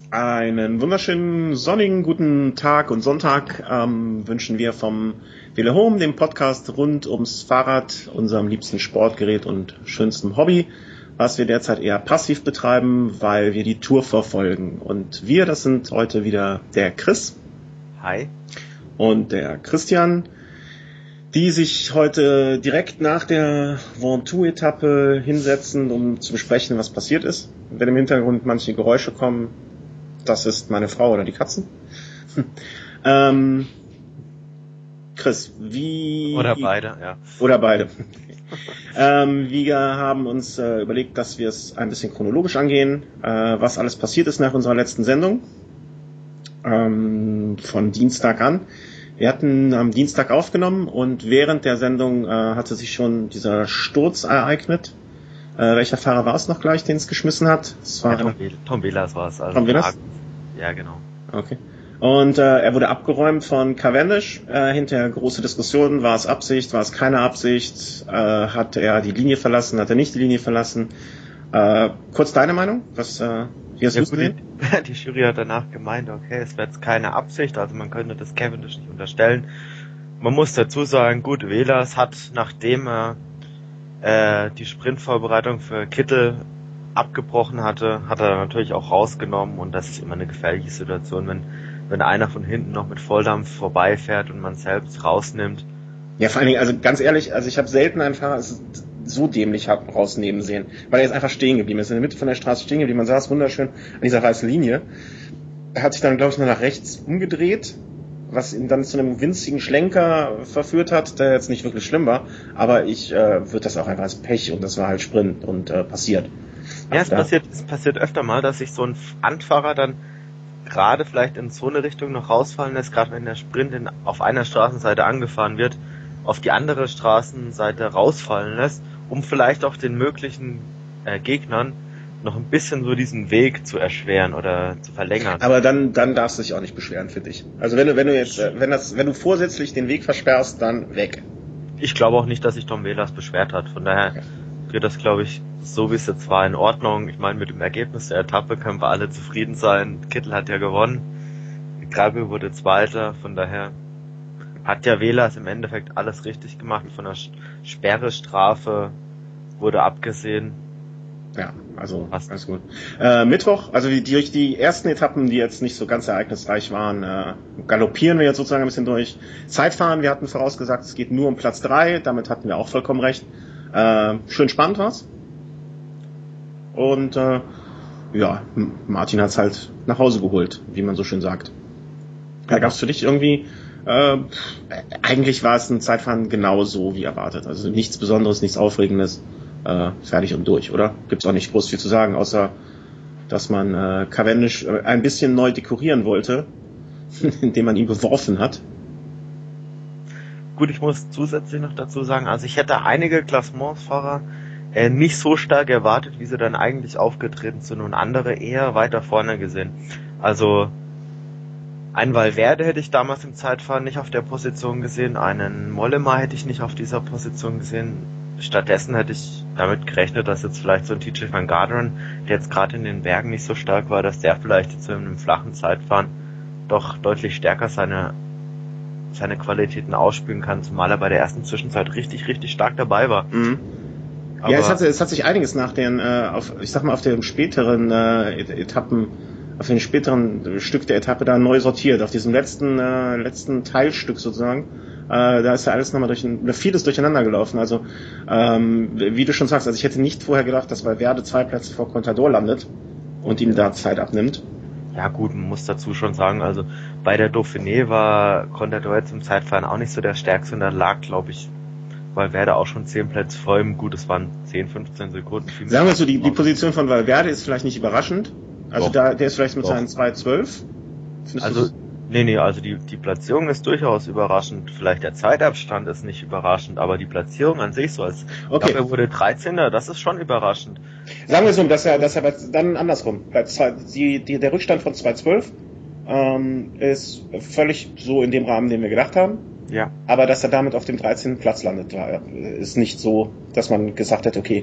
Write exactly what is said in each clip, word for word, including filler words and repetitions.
Einen wunderschönen sonnigen guten Tag und Sonntag ähm, wünschen wir vom Velo Home, dem Podcast rund ums Fahrrad, unserem liebsten Sportgerät und schönsten Hobby, was wir derzeit eher passiv betreiben, weil wir die Tour verfolgen. Und wir, das sind heute wieder der Chris. Hi. Und der Christian, die sich heute direkt nach der Ventoux-Etappe hinsetzen, um zu besprechen, was passiert ist. Wenn im Hintergrund manche Geräusche kommen, das ist meine Frau oder die Katzen. ähm, Chris, wie... Oder beide, ja. Oder beide. ähm, wir haben uns äh, überlegt, dass wir es ein bisschen chronologisch angehen, äh, was alles passiert ist nach unserer letzten Sendung. Ähm, von Dienstag an. Wir hatten am Dienstag aufgenommen und während der Sendung äh, hatte sich schon dieser Sturz ereignet. Äh, welcher Fahrer war es noch gleich, den es geschmissen hat? Es war ja, Tom, Tom Velas war es. Also Tom Velas? Ja, genau. Okay. Und äh, er wurde abgeräumt von Cavendish. Äh, hinterher große Diskussionen. War es Absicht? War es keine Absicht? Äh, hat er die Linie verlassen? Hat er nicht die Linie verlassen? Äh, kurz deine Meinung? Was, äh, wie hast ja, du es gesehen? Die, die Jury hat danach gemeint, okay, es wäre jetzt keine Absicht, also man könnte das Cavendish nicht unterstellen. Man muss dazu sagen, gut, Velas hat, nachdem er äh, die Sprintvorbereitung für Kittel abgebrochen hatte, hat er natürlich auch rausgenommen und das ist immer eine gefährliche Situation, wenn wenn einer von hinten noch mit Volldampf vorbeifährt und man selbst rausnimmt. Ja, vor allen Dingen, also ganz ehrlich, also ich habe selten einen Fahrer so dämlich rausnehmen sehen, weil er jetzt einfach stehen geblieben ist, in der Mitte von der Straße stehen geblieben, man saß wunderschön an dieser weißen Linie. Er hat sich dann, glaube ich, nur nach rechts umgedreht, was ihn dann zu einem winzigen Schlenker verführt hat, der jetzt nicht wirklich schlimm war, aber ich äh, würde das auch einfach als Pech und das war halt Sprint und äh, passiert. Ja, es passiert, es passiert öfter mal, dass sich so ein Anfahrer dann gerade vielleicht in so eine Richtung noch rausfallen lässt, gerade wenn der Sprint in, auf einer Straßenseite angefahren wird, auf die andere Straßenseite rausfallen lässt, um vielleicht auch den möglichen äh, Gegnern noch ein bisschen so diesen Weg zu erschweren oder zu verlängern. Aber dann dann darfst du dich auch nicht beschweren für dich. Also wenn du wenn du jetzt äh, wenn das wenn du vorsätzlich den Weg versperrst, dann weg. Ich glaube auch nicht, dass sich Tom Velas beschwert hat. Von daher okay. Wird das, glaube ich, so wie es jetzt war, in Ordnung. Ich meine, mit dem Ergebnis der Etappe können wir alle zufrieden sein. Kittel hat ja gewonnen. Grabel wurde Zweiter. Von daher hat ja Velas im Endeffekt alles richtig gemacht. Von der Sperrestrafe wurde abgesehen. Ja, also Passt. Alles gut. Äh, Mittwoch, also die, die, die ersten Etappen, die jetzt nicht so ganz ereignisreich waren, äh, galoppieren wir jetzt sozusagen ein bisschen durch. Zeitfahren, wir hatten vorausgesagt, es geht nur um Platz drei. Damit hatten wir auch vollkommen recht. Äh, schön spannend war's. Und äh, ja, Martin hat's halt nach Hause geholt, wie man so schön sagt. Da gab's für dich irgendwie, äh, eigentlich war es ein Zeitfahren genauso wie erwartet. Also nichts Besonderes, nichts Aufregendes, äh, fertig und durch, oder? Gibt's auch nicht groß viel zu sagen, außer dass man äh, Cavendish ein bisschen neu dekorieren wollte, indem man ihn beworfen hat. Gut, ich muss zusätzlich noch dazu sagen, also ich hätte einige Klassementsfahrer äh, nicht so stark erwartet, wie sie dann eigentlich aufgetreten sind und andere eher weiter vorne gesehen. Also ein Valverde hätte ich damals im Zeitfahren nicht auf der Position gesehen, einen Mollema hätte ich nicht auf dieser Position gesehen. Stattdessen hätte ich damit gerechnet, dass jetzt vielleicht so ein T J van Garderen, der jetzt gerade in den Bergen nicht so stark war, dass der vielleicht jetzt in einem flachen Zeitfahren doch deutlich stärker seine seine Qualitäten ausspielen kann, zumal er bei der ersten Zwischenzeit richtig, richtig stark dabei war. Mhm. Aber ja, es hat, es hat sich einiges nach den, äh, auf, ich sag mal, auf den späteren äh, Etappen, auf den späteren Stück der Etappe da neu sortiert. Auf diesem letzten, äh, letzten Teilstück sozusagen, äh, da ist ja alles nochmal durch, ein, vieles durcheinander gelaufen. Also, ähm, wie du schon sagst, also ich hätte nicht vorher gedacht, dass Valverde zwei Plätze vor Contador landet und ihm da Zeit abnimmt. Ja gut, man muss dazu schon sagen, also bei der Dauphiné war Contador jetzt im Zeitfahren auch nicht so der Stärkste und da lag, glaube ich, Valverde auch schon zehn Plätze vor ihm. Gut, es waren zehn, fünfzehn Sekunden. Sagen wir so, die, die Position von Valverde ist vielleicht nicht überraschend. Also Doch. da, der ist vielleicht mit Doch. seinen zwei zwölf. Also, nee, nee, also die, die Platzierung ist durchaus überraschend. Vielleicht der Zeitabstand ist nicht überraschend, aber die Platzierung an sich so als, okay. Ich glaube, er wurde dreizehnter, das ist schon überraschend. Sagen wir so, dass er, dass er dann andersrum, bei zwei, die, die, der Rückstand von zwei zwölf ähm, ist völlig so in dem Rahmen, den wir gedacht haben. Ja. Aber dass er damit auf dem dreizehnten Platz landet, war, ist nicht so, dass man gesagt hätte, okay,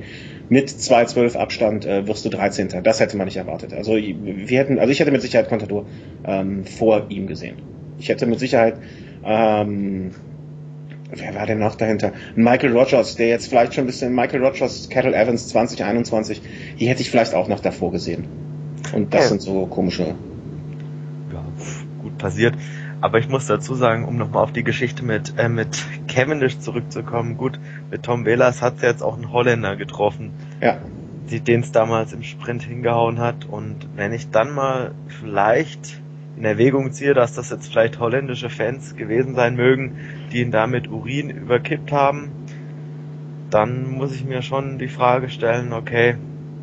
mit zwei zwölf Abstand äh, wirst du dreizehnter. Das hätte man nicht erwartet. Also wir hätten, also ich hätte mit Sicherheit Contador ähm, vor ihm gesehen. Ich hätte mit Sicherheit ähm, wer war denn noch dahinter? Michael Rogers, der jetzt vielleicht schon ein bisschen Michael Rogers, Kettle Evans zwanzig einundzwanzig, die hätte ich vielleicht auch noch davor gesehen. Und das ja. sind so komische. Ja, gut passiert. Aber ich muss dazu sagen, um nochmal auf die Geschichte mit äh, mit Cavendish zurückzukommen, gut, mit Tom Velas hat es jetzt auch einen Holländer getroffen, ja. den es damals im Sprint hingehauen hat. Und wenn ich dann mal vielleicht in Erwägung ziehe, dass das jetzt vielleicht holländische Fans gewesen sein mögen, die ihn da mit Urin überkippt haben, dann muss ich mir schon die Frage stellen, okay,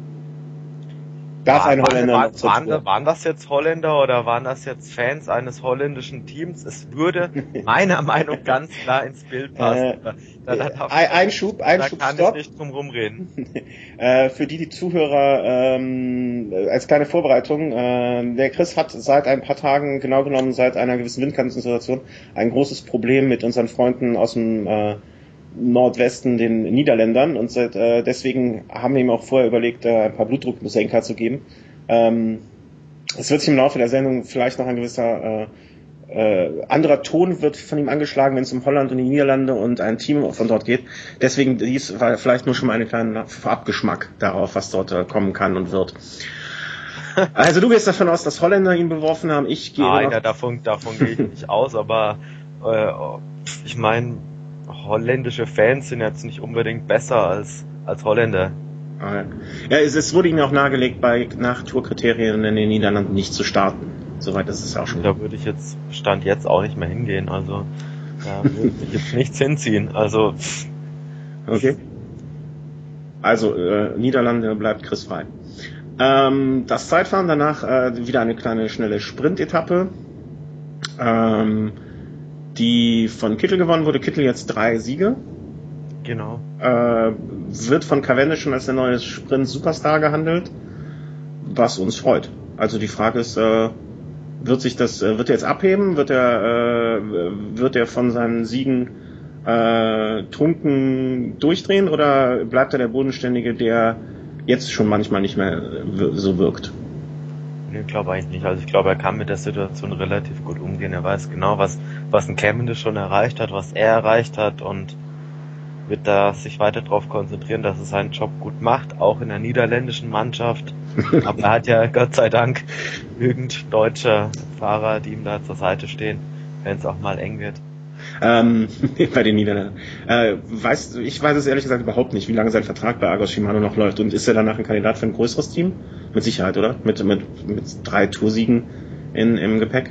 Darf ein Holländer waren, noch zur waren, Spur? waren das jetzt Holländer oder waren das jetzt Fans eines holländischen Teams? Es würde meiner Meinung nach ganz klar ins Bild passen. Äh, da, da, da, ein, ein Schub, ein da Schub, kann stopp. ich nicht drum rumreden. äh, für die, die Zuhörer, ähm, als kleine Vorbereitung, äh, der Chris hat seit ein paar Tagen, genau genommen seit einer gewissen Windkantensituation, ein großes Problem mit unseren Freunden aus dem äh, Nordwesten, den Niederländern, und seit, äh, deswegen haben wir ihm auch vorher überlegt, äh, ein paar Blutdrucksenker zu geben. Ähm, es wird sich im Laufe der Sendung vielleicht noch ein gewisser äh, äh, anderer Ton wird von ihm angeschlagen, wenn es um Holland und die Niederlande und ein Team von dort geht. Deswegen dies war vielleicht nur schon mal einen kleinen Vorabgeschmack darauf, was dort äh, kommen kann und wird. Also du gehst davon aus, dass Holländer ihn beworfen haben. Ich gehe Nein, ja, davon, davon gehe ich nicht aus, aber äh, ich meine, holländische Fans sind jetzt nicht unbedingt besser als, als Holländer. Ja, es, es wurde ihm auch nahegelegt, bei nach Tourkriterien in den Niederlanden nicht zu starten. Soweit ist es auch schon. Da würde ich jetzt, Stand jetzt auch nicht mehr hingehen, also da würde ich jetzt nichts hinziehen, also. Okay. Also, äh, Niederlande bleibt Chris frei. Ähm, das Zeitfahren, danach äh, wieder eine kleine, schnelle Sprint-Etappe. Ähm, die von Kittel gewonnen wurde. Kittel jetzt drei Siege. Genau. Äh, wird von Cavendish schon als der neue Sprint-Superstar gehandelt, was uns freut. Also die Frage ist, äh, wird sich das, äh, wird er jetzt abheben? Wird er, äh, wird er von seinen Siegen äh, trunken durchdrehen oder bleibt er der Bodenständige, der jetzt schon manchmal nicht mehr so wirkt? Ich glaube eigentlich nicht. Also ich glaube, er kann mit der Situation relativ gut umgehen. Er weiß genau, was was ein Cavendish schon erreicht hat, was er erreicht hat, und wird da sich weiter darauf konzentrieren, dass er seinen Job gut macht, auch in der niederländischen Mannschaft. Aber er hat ja Gott sei Dank genügend deutsche Fahrer, die ihm da zur Seite stehen, wenn es auch mal eng wird. Ähm, bei den Niederländern. Äh, weißt, ich weiß es ehrlich gesagt überhaupt nicht, wie lange sein Vertrag bei Argos Shimano noch läuft. Und ist er danach ein Kandidat für ein größeres Team? Mit Sicherheit, oder? Mit, mit, mit drei Toursiegen in, im Gepäck?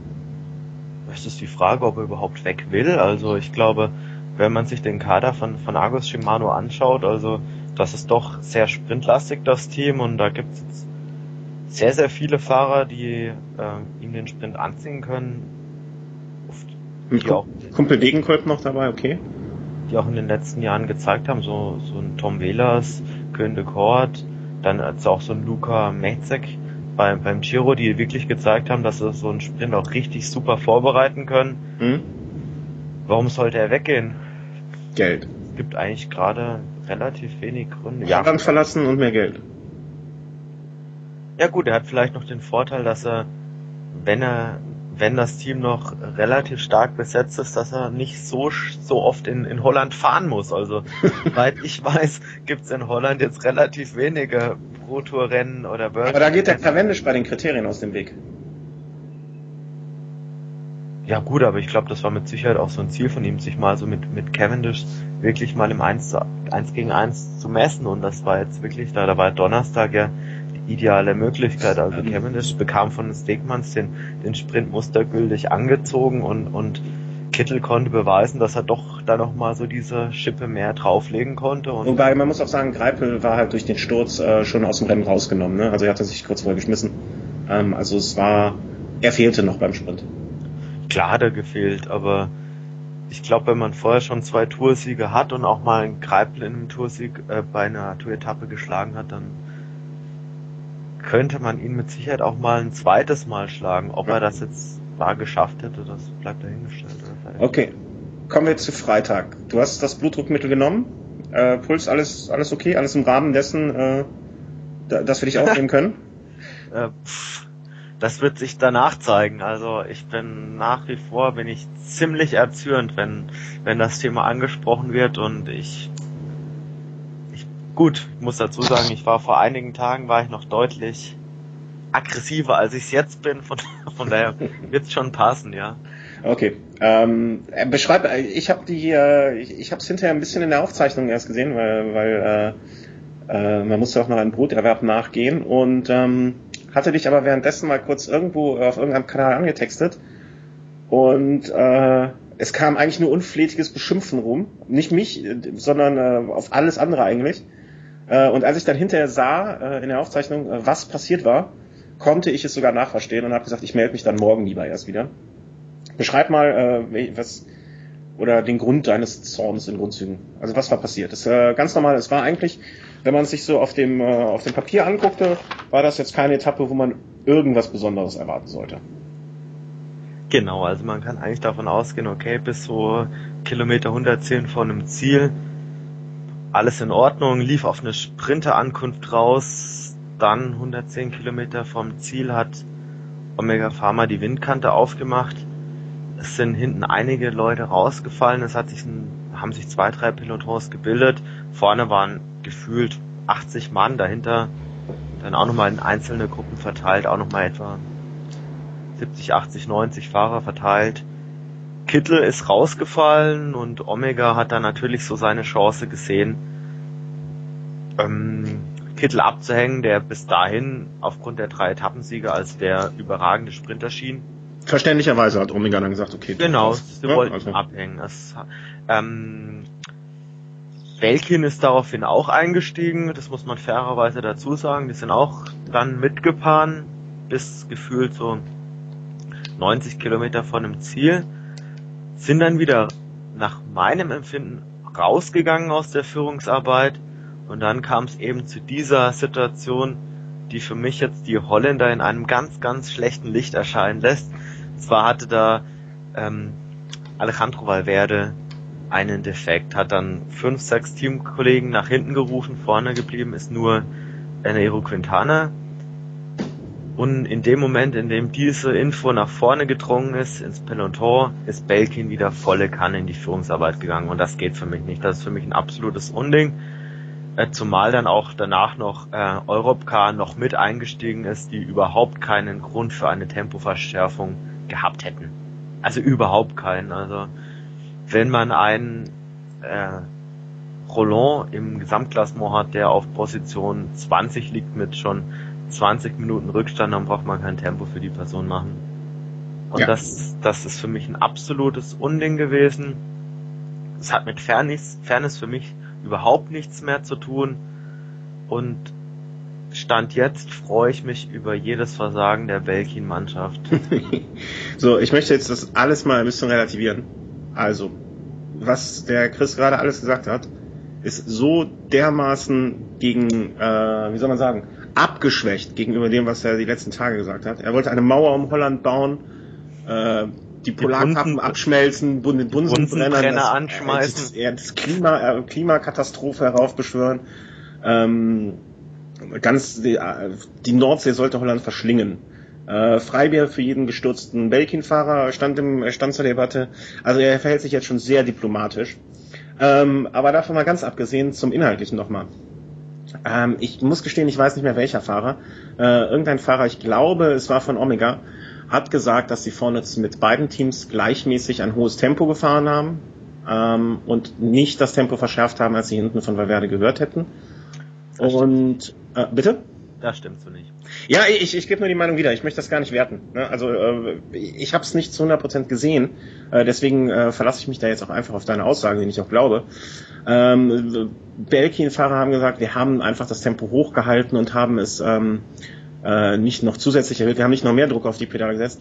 Es ist die Frage, ob er überhaupt weg will. Also ich glaube, wenn man sich den Kader von, von Argos Shimano anschaut, also das ist doch sehr sprintlastig, das Team, und da gibt es sehr, sehr viele Fahrer, die äh, ihm den Sprint anziehen können. Mit auch, Kumpel Degenkolb noch dabei, okay. Die auch in den letzten Jahren gezeigt haben, so, so ein Tom Velas, Koen de Kort, dann also auch so ein Luka Mezek beim, beim Giro, die wirklich gezeigt haben, dass sie so einen Sprint auch richtig super vorbereiten können. Hm? Warum sollte er weggehen? Geld. Es gibt eigentlich gerade relativ wenig Gründe. Ja, Land verlassen und mehr Geld. Ja gut, er hat vielleicht noch den Vorteil, dass er, wenn er wenn das Team noch relativ stark besetzt ist, dass er nicht so so oft in, in Holland fahren muss. Also, soweit ich weiß, gibt's in Holland jetzt relativ wenige Pro-Tour-Rennen oder World. Aber da geht der Cavendish bei den Kriterien aus dem Weg. Ja gut, aber ich glaube, das war mit Sicherheit auch so ein Ziel von ihm, sich mal so mit mit Cavendish wirklich mal im eins gegen eins zu messen. Und das war jetzt wirklich, da, da war Donnerstag ja ideale Möglichkeit. Also mhm. Cavendish bekam von den Stegmans den, den Sprint mustergültig angezogen, und, und Kittel konnte beweisen, dass er doch da nochmal so diese Schippe mehr drauflegen konnte. Und wobei, man muss auch sagen, Greipel war halt durch den Sturz äh, schon aus dem Rennen rausgenommen. Ne? Also er hatte sich kurz vorher geschmissen. Ähm, also es war, er fehlte noch beim Sprint. Klar hat er gefehlt, aber ich glaube, wenn man vorher schon zwei Toursiege hat und auch mal einen Greipel in einem Toursieg äh, bei einer Tour-Etappe geschlagen hat, dann könnte man ihn mit Sicherheit auch mal ein zweites Mal schlagen. Ob er das jetzt wahr geschafft hätte, das bleibt dahingestellt. Okay, kommen wir zu Freitag. Du hast das Blutdruckmittel genommen, Äh, Puls, alles, alles okay, alles im Rahmen dessen, äh, dass wir dich aufnehmen können? äh, pff, das wird sich danach zeigen. Also ich bin nach wie vor bin ich ziemlich erzürnt, wenn wenn das Thema angesprochen wird und ich ich gut, ich muss dazu sagen, ich war vor einigen Tagen war ich noch deutlich aggressiver, als ich es jetzt bin. Von von daher wird's schon passen, ja. Okay. Ähm, beschreib, ich habe die, äh, ich, ich habe es hinterher ein bisschen in der Aufzeichnung erst gesehen, weil, weil äh, äh, man musste auch noch einen Broterwerb nachgehen und ähm, hatte dich aber währenddessen mal kurz irgendwo auf irgendeinem Kanal angetextet und äh, es kam eigentlich nur unflätiges Beschimpfen rum, nicht mich, sondern äh, auf alles andere eigentlich. Äh, und als ich dann hinterher sah äh, in der Aufzeichnung, äh, was passiert war, konnte ich es sogar nachverstehen und habe gesagt, ich melde mich dann morgen lieber erst wieder. Beschreib mal, äh, was, oder den Grund deines Zorns in Grundzügen. Also was war passiert? Das ist äh, ganz normal. Es war eigentlich, wenn man es sich so auf dem, äh, auf dem Papier anguckte, war das jetzt keine Etappe, wo man irgendwas Besonderes erwarten sollte. Genau, also man kann eigentlich davon ausgehen, okay, bis so Kilometer hundertzehn vor einem Ziel, alles in Ordnung, lief auf eine Sprinterankunft raus, dann hundertzehn Kilometer vom Ziel hat Omega Pharma die Windkante aufgemacht. Es sind hinten einige Leute rausgefallen, es hat sich ein, haben sich zwei, drei Pelotons gebildet. Vorne waren gefühlt achtzig Mann, dahinter dann auch nochmal in einzelne Gruppen verteilt, auch nochmal etwa siebzig, achtzig, neunzig Fahrer verteilt. Kittel ist rausgefallen und Omega hat dann natürlich so seine Chance gesehen, ähm, Kittel abzuhängen, der bis dahin aufgrund der drei Etappensiege als der überragende Sprinter schien. Verständlicherweise hat Omega dann gesagt, okay. Genau, sie ja, wollten also. abhängen. Das, ähm, Belkin ist daraufhin auch eingestiegen, das muss man fairerweise dazu sagen. Die sind auch dann mitgefahren bis gefühlt so neunzig Kilometer von dem Ziel, sind dann wieder nach meinem Empfinden rausgegangen aus der Führungsarbeit und dann kam es eben zu dieser Situation, die für mich jetzt die Holländer in einem ganz, ganz schlechten Licht erscheinen lässt. Zwar hatte da ähm, Alejandro Valverde einen Defekt, hat dann fünf, sechs Teamkollegen nach hinten gerufen, vorne geblieben ist nur Nairo Quintana. Und in dem Moment, in dem diese Info nach vorne gedrungen ist, ins Peloton, ist Belkin wieder volle Kanne in die Führungsarbeit gegangen. Und das geht für mich nicht. Das ist für mich ein absolutes Unding. Äh, zumal dann auch danach noch äh, Europcar noch mit eingestiegen ist, die überhaupt keinen Grund für eine Tempoverschärfung gehabt hätten. Also überhaupt keinen. Also wenn man einen äh, Roland im Gesamtklassement hat, der auf Position zwanzig liegt mit schon zwanzig Minuten Rückstand, dann braucht man kein Tempo für die Person machen. Und ja. das, das ist für mich ein absolutes Unding gewesen. Es hat mit Fairness, Fairness für mich überhaupt nichts mehr zu tun. Und Stand jetzt freue ich mich über jedes Versagen der Belkin-Mannschaft. So, ich möchte jetzt das alles mal ein bisschen relativieren. Also, was der Chris gerade alles gesagt hat, ist so dermaßen gegen, äh, wie soll man sagen, abgeschwächt gegenüber dem, was er die letzten Tage gesagt hat. Er wollte eine Mauer um Holland bauen, äh, die Polarkappen abschmelzen, den Bunsenbrenner anschmeißen, das, das Klima, äh, Klimakatastrophe heraufbeschwören. Ähm, ganz die, die Nordsee sollte Holland verschlingen. Äh, Freibier für jeden gestürzten Belkin-Fahrer stand im stand zur Debatte. Also er verhält sich jetzt schon sehr diplomatisch. Ähm, aber davon mal ganz abgesehen zum Inhaltlichen nochmal. Ähm, ich muss gestehen, ich weiß nicht mehr welcher Fahrer. Äh, irgendein Fahrer, ich glaube, es war von Omega, hat gesagt, dass sie vorne mit beiden Teams gleichmäßig ein hohes Tempo gefahren haben ähm, und nicht das Tempo verschärft haben, als sie hinten von Valverde gehört hätten. Das und äh, bitte? Das stimmt so nicht. Ja, ich, ich gebe nur die Meinung wieder. Ich möchte das gar nicht werten. Ne? Also äh, ich habe es nicht zu hundert Prozent gesehen. Äh, deswegen äh, verlasse ich mich da jetzt auch einfach auf deine Aussagen, die ich auch glaube. Ähm, Belkin-Fahrer haben gesagt, wir haben einfach das Tempo hochgehalten und haben es ähm, äh, nicht noch zusätzlich erhöht. Wir haben nicht noch mehr Druck auf die Pedale gesetzt.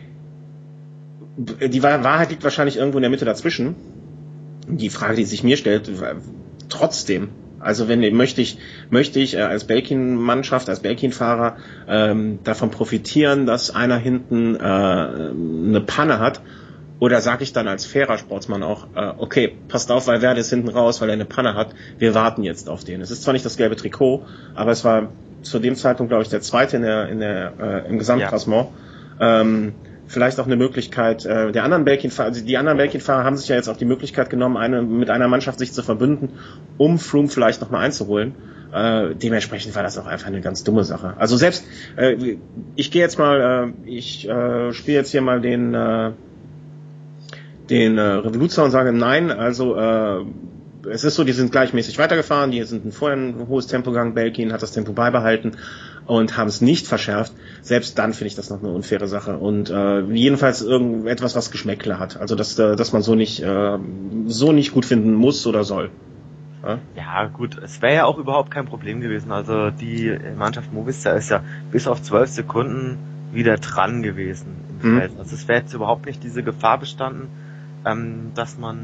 Die Wahrheit liegt wahrscheinlich irgendwo in der Mitte dazwischen. Die Frage, die sich mir stellt, trotzdem, also wenn möchte ich möchte ich äh, als Belkin-Mannschaft, als Belkin-Fahrer ähm, davon profitieren, dass einer hinten äh, eine Panne hat Oder sage ich dann als fairer Sportsmann auch, äh, okay, passt auf, Valverde ist hinten raus, weil er eine Panne hat, wir warten jetzt auf den. Es ist zwar nicht das gelbe Trikot, aber es war zu dem Zeitpunkt, glaube ich, der zweite in der, in der, äh, im Gesamtklassement. Ja. Ähm, vielleicht auch eine Möglichkeit, äh, der anderen Belgien-Fahrer, also die anderen Belgien-Fahrer haben sich ja jetzt auch die Möglichkeit genommen, eine, mit einer Mannschaft sich zu verbünden, um Froome vielleicht nochmal einzuholen. Äh, dementsprechend war das auch einfach eine ganz dumme Sache. Also selbst, äh, ich gehe jetzt mal, äh, ich äh, spiele jetzt hier mal den äh, den äh, Revoluzer und sage, nein, also äh, es ist so, die sind gleichmäßig weitergefahren, die sind vorher ein hohes Tempo gegangen, Belgien hat das Tempo beibehalten und haben es nicht verschärft. Selbst dann finde ich das noch eine unfaire Sache und äh, jedenfalls irgendetwas, was Geschmäckle hat. Also dass, äh, dass man so nicht äh, so nicht gut finden muss oder soll. Ja, ja gut, es wäre ja auch überhaupt kein Problem gewesen. Also die Mannschaft Movistar ist ja bis auf zwölf Sekunden wieder dran gewesen im mhm. Feld. Also es wäre jetzt überhaupt nicht diese Gefahr bestanden, ähm, dass man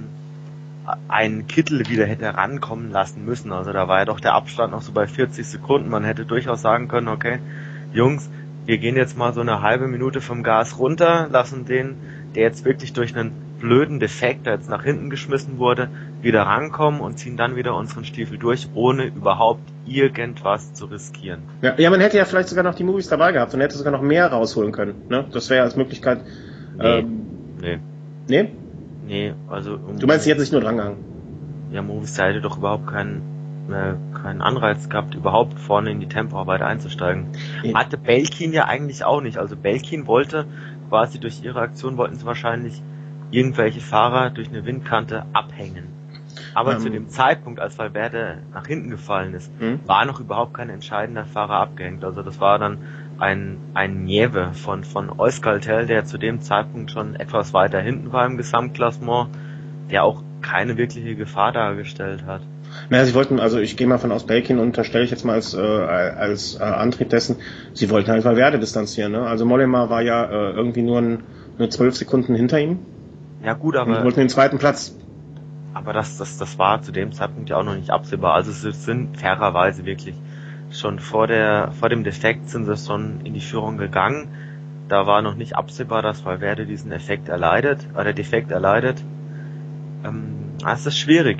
einen Kittel wieder hätte rankommen lassen müssen. Also da war ja doch der Abstand noch so bei vierzig Sekunden. Man hätte durchaus sagen können, okay, Jungs, wir gehen jetzt mal so eine halbe Minute vom Gas runter, lassen den, der jetzt wirklich durch einen blöden Defekt, der jetzt nach hinten geschmissen wurde, wieder rankommen und ziehen dann wieder unseren Stiefel durch, ohne überhaupt irgendwas zu riskieren. Ja, ja, man hätte ja vielleicht sogar noch die Movies dabei gehabt und hätte sogar noch mehr rausholen können. Ne? Das wäre ja als Möglichkeit. Nee. Ähm, nee. Nee? Nee, also... Um du meinst, sie hätten sich nur drangehangen? Ja, Movistar hätte doch überhaupt keinen äh, keinen Anreiz gehabt, überhaupt vorne in die Tempoarbeit einzusteigen. Ja. Hatte Belkin ja eigentlich auch nicht. Also Belkin wollte quasi durch ihre Aktion, wollten sie wahrscheinlich irgendwelche Fahrer durch eine Windkante abhängen. Aber ähm. zu dem Zeitpunkt, als Valverde nach hinten gefallen ist, hm? war noch überhaupt kein entscheidender Fahrer abgehängt. Also das war dann ein ein Nieve von von Euskaltel, der zu dem Zeitpunkt schon etwas weiter hinten war im Gesamtklassement, der auch keine wirkliche Gefahr dargestellt hat. Naja, sie wollten, also ich gehe mal von aus Belgien und unterstelle ich jetzt mal als äh, als äh, Antrieb dessen, sie wollten halt Valverde distanzieren. Ne? Also Mollema war ja äh, irgendwie nur ein, nur zwölf Sekunden hinter ihm. Ja gut, aber... Und sie wollten den zweiten Platz. Aber das, das, das war zu dem Zeitpunkt ja auch noch nicht absehbar. Also sie sind fairerweise wirklich schon vor der, vor dem Defekt sind sie schon in die Führung gegangen. Da war noch nicht absehbar, dass Valverde diesen Effekt erleidet, oder Defekt erleidet. Ähm, es ist schwierig.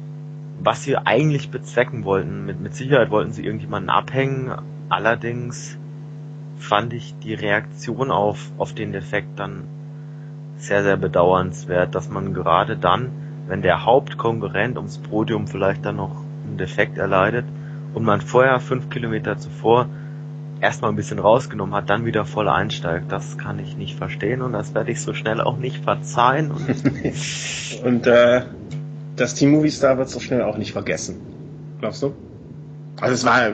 Was sie eigentlich bezwecken wollten, mit, mit Sicherheit wollten sie irgendjemanden abhängen. Allerdings fand ich die Reaktion auf, auf den Defekt dann sehr, sehr bedauernswert, dass man gerade dann, wenn der Hauptkonkurrent ums Podium vielleicht dann noch einen Defekt erleidet und man vorher fünf Kilometer zuvor erstmal ein bisschen rausgenommen hat, dann wieder voll einsteigt. Das kann ich nicht verstehen und das werde ich so schnell auch nicht verzeihen. Und, und äh, das Team Movistar wird so schnell auch nicht vergessen. Glaubst du? Also es war... Äh,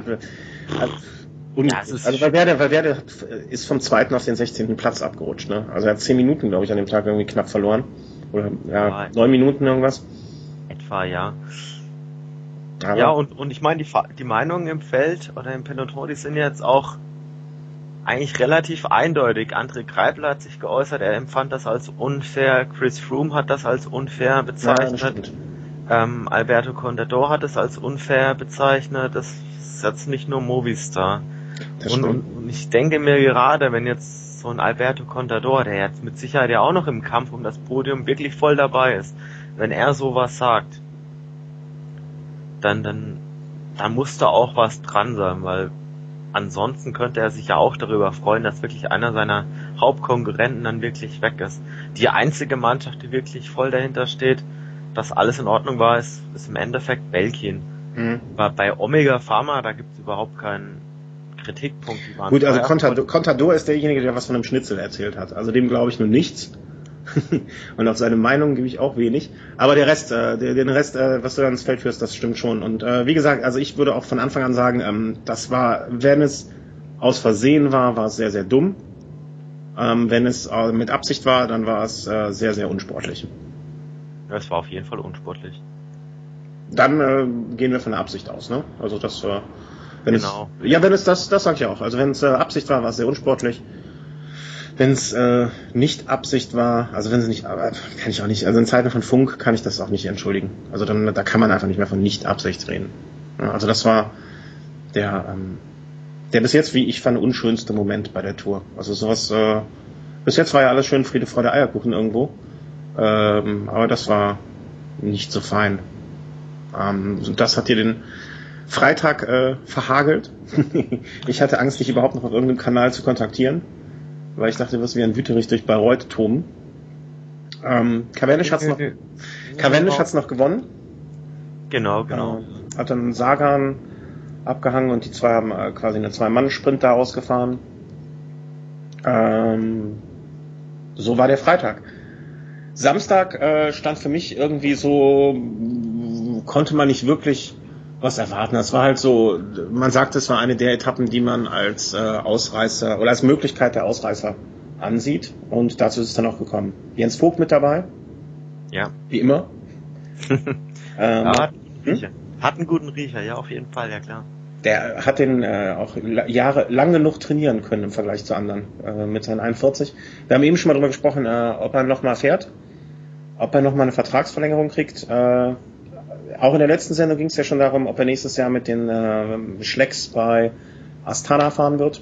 Und, ja, also Valverde, Valverde ist vom zweiten auf den sechzehnten Platz abgerutscht, ne? Also er hat zehn Minuten, glaube ich, an dem Tag irgendwie knapp verloren. Oder ja, neun Minuten irgendwas. Etwa, ja. Aber ja, und, und ich meine, die, die Meinungen im Feld oder im Peloton, die sind jetzt auch eigentlich relativ eindeutig. André Greipel hat sich geäußert, er empfand das als unfair. Chris Froome hat das als unfair bezeichnet. Ja, ähm, Alberto Contador hat es als unfair bezeichnet. Das ist jetzt nicht nur Movistar. Und, und, und ich denke mir gerade, wenn jetzt so ein Alberto Contador, der jetzt mit Sicherheit ja auch noch im Kampf um das Podium wirklich voll dabei ist, wenn er sowas sagt, dann, dann, dann muss da auch was dran sein, weil ansonsten könnte er sich ja auch darüber freuen, dass wirklich einer seiner Hauptkonkurrenten dann wirklich weg ist. Die einzige Mannschaft, die wirklich voll dahinter steht, dass alles in Ordnung war, ist, ist im Endeffekt Belgien. Mhm. Bei, bei Omega Pharma, da gibt es überhaupt keinen Kritikpunkt. Die waren Gut, also Contador, Contador ist derjenige, der was von einem Schnitzel erzählt hat. Also dem glaube ich nur nichts. Und auf seine Meinung gebe ich auch wenig. Aber der Rest, äh, der, den Rest, äh, was du da ins Feld führst, das stimmt schon. Und äh, wie gesagt, also ich würde auch von Anfang an sagen, ähm, das war, wenn es aus Versehen war, war es sehr, sehr dumm. Ähm, wenn es äh, mit Absicht war, dann war es äh, sehr, sehr unsportlich. Ja, es war auf jeden Fall unsportlich. Dann äh, gehen wir von der Absicht aus, ne? Also das, äh, wenn genau. es, ja, wenn es das, das sag ich auch. Also wenn es äh, Absicht war, war es sehr unsportlich. Wenn es äh, nicht Absicht war, also wenn es nicht, aber kann ich auch nicht, also in Zeiten von Funk kann ich das auch nicht entschuldigen. Also dann, da kann man einfach nicht mehr von Nicht-Absicht reden. Ja, also das war der, ähm, der bis jetzt, wie ich fand, unschönste Moment bei der Tour. Also sowas, äh, bis jetzt war ja alles schön Friede, Freude, Eierkuchen irgendwo. Ähm, aber das war nicht so fein. Ähm, das hat dir den Freitag äh, verhagelt. Ich hatte Angst, dich überhaupt noch auf irgendeinem Kanal zu kontaktieren, weil ich dachte, du wirst wie ein Wüterich durch Bayreuth toben. Ähm, Cavendish hat's noch, Cavendish hat's noch gewonnen. Genau, genau. Äh, hat dann Sagan abgehangen und die zwei haben äh, quasi eine Zwei-Mann-Sprint da ausgefahren. Ähm, so war der Freitag. Samstag äh, stand für mich irgendwie so, konnte man nicht wirklich was erwarten. Das war halt so, man sagt, es war eine der Etappen, die man als äh, Ausreißer oder als Möglichkeit der Ausreißer ansieht. Und dazu ist es dann auch gekommen. Jens Vogt mit dabei. Ja. Wie immer. ähm, ja, hat, hm? hat einen guten Riecher, ja, auf jeden Fall, ja klar. Der hat den äh, auch Jahre lang genug trainieren können im Vergleich zu anderen äh, mit seinen einundvierzig. Wir haben eben schon mal drüber gesprochen, äh, ob er nochmal fährt, ob er nochmal eine Vertragsverlängerung kriegt. Äh, auch in der letzten Sendung ging es ja schon darum, ob er nächstes Jahr mit den äh, Schlecks bei Astana fahren wird.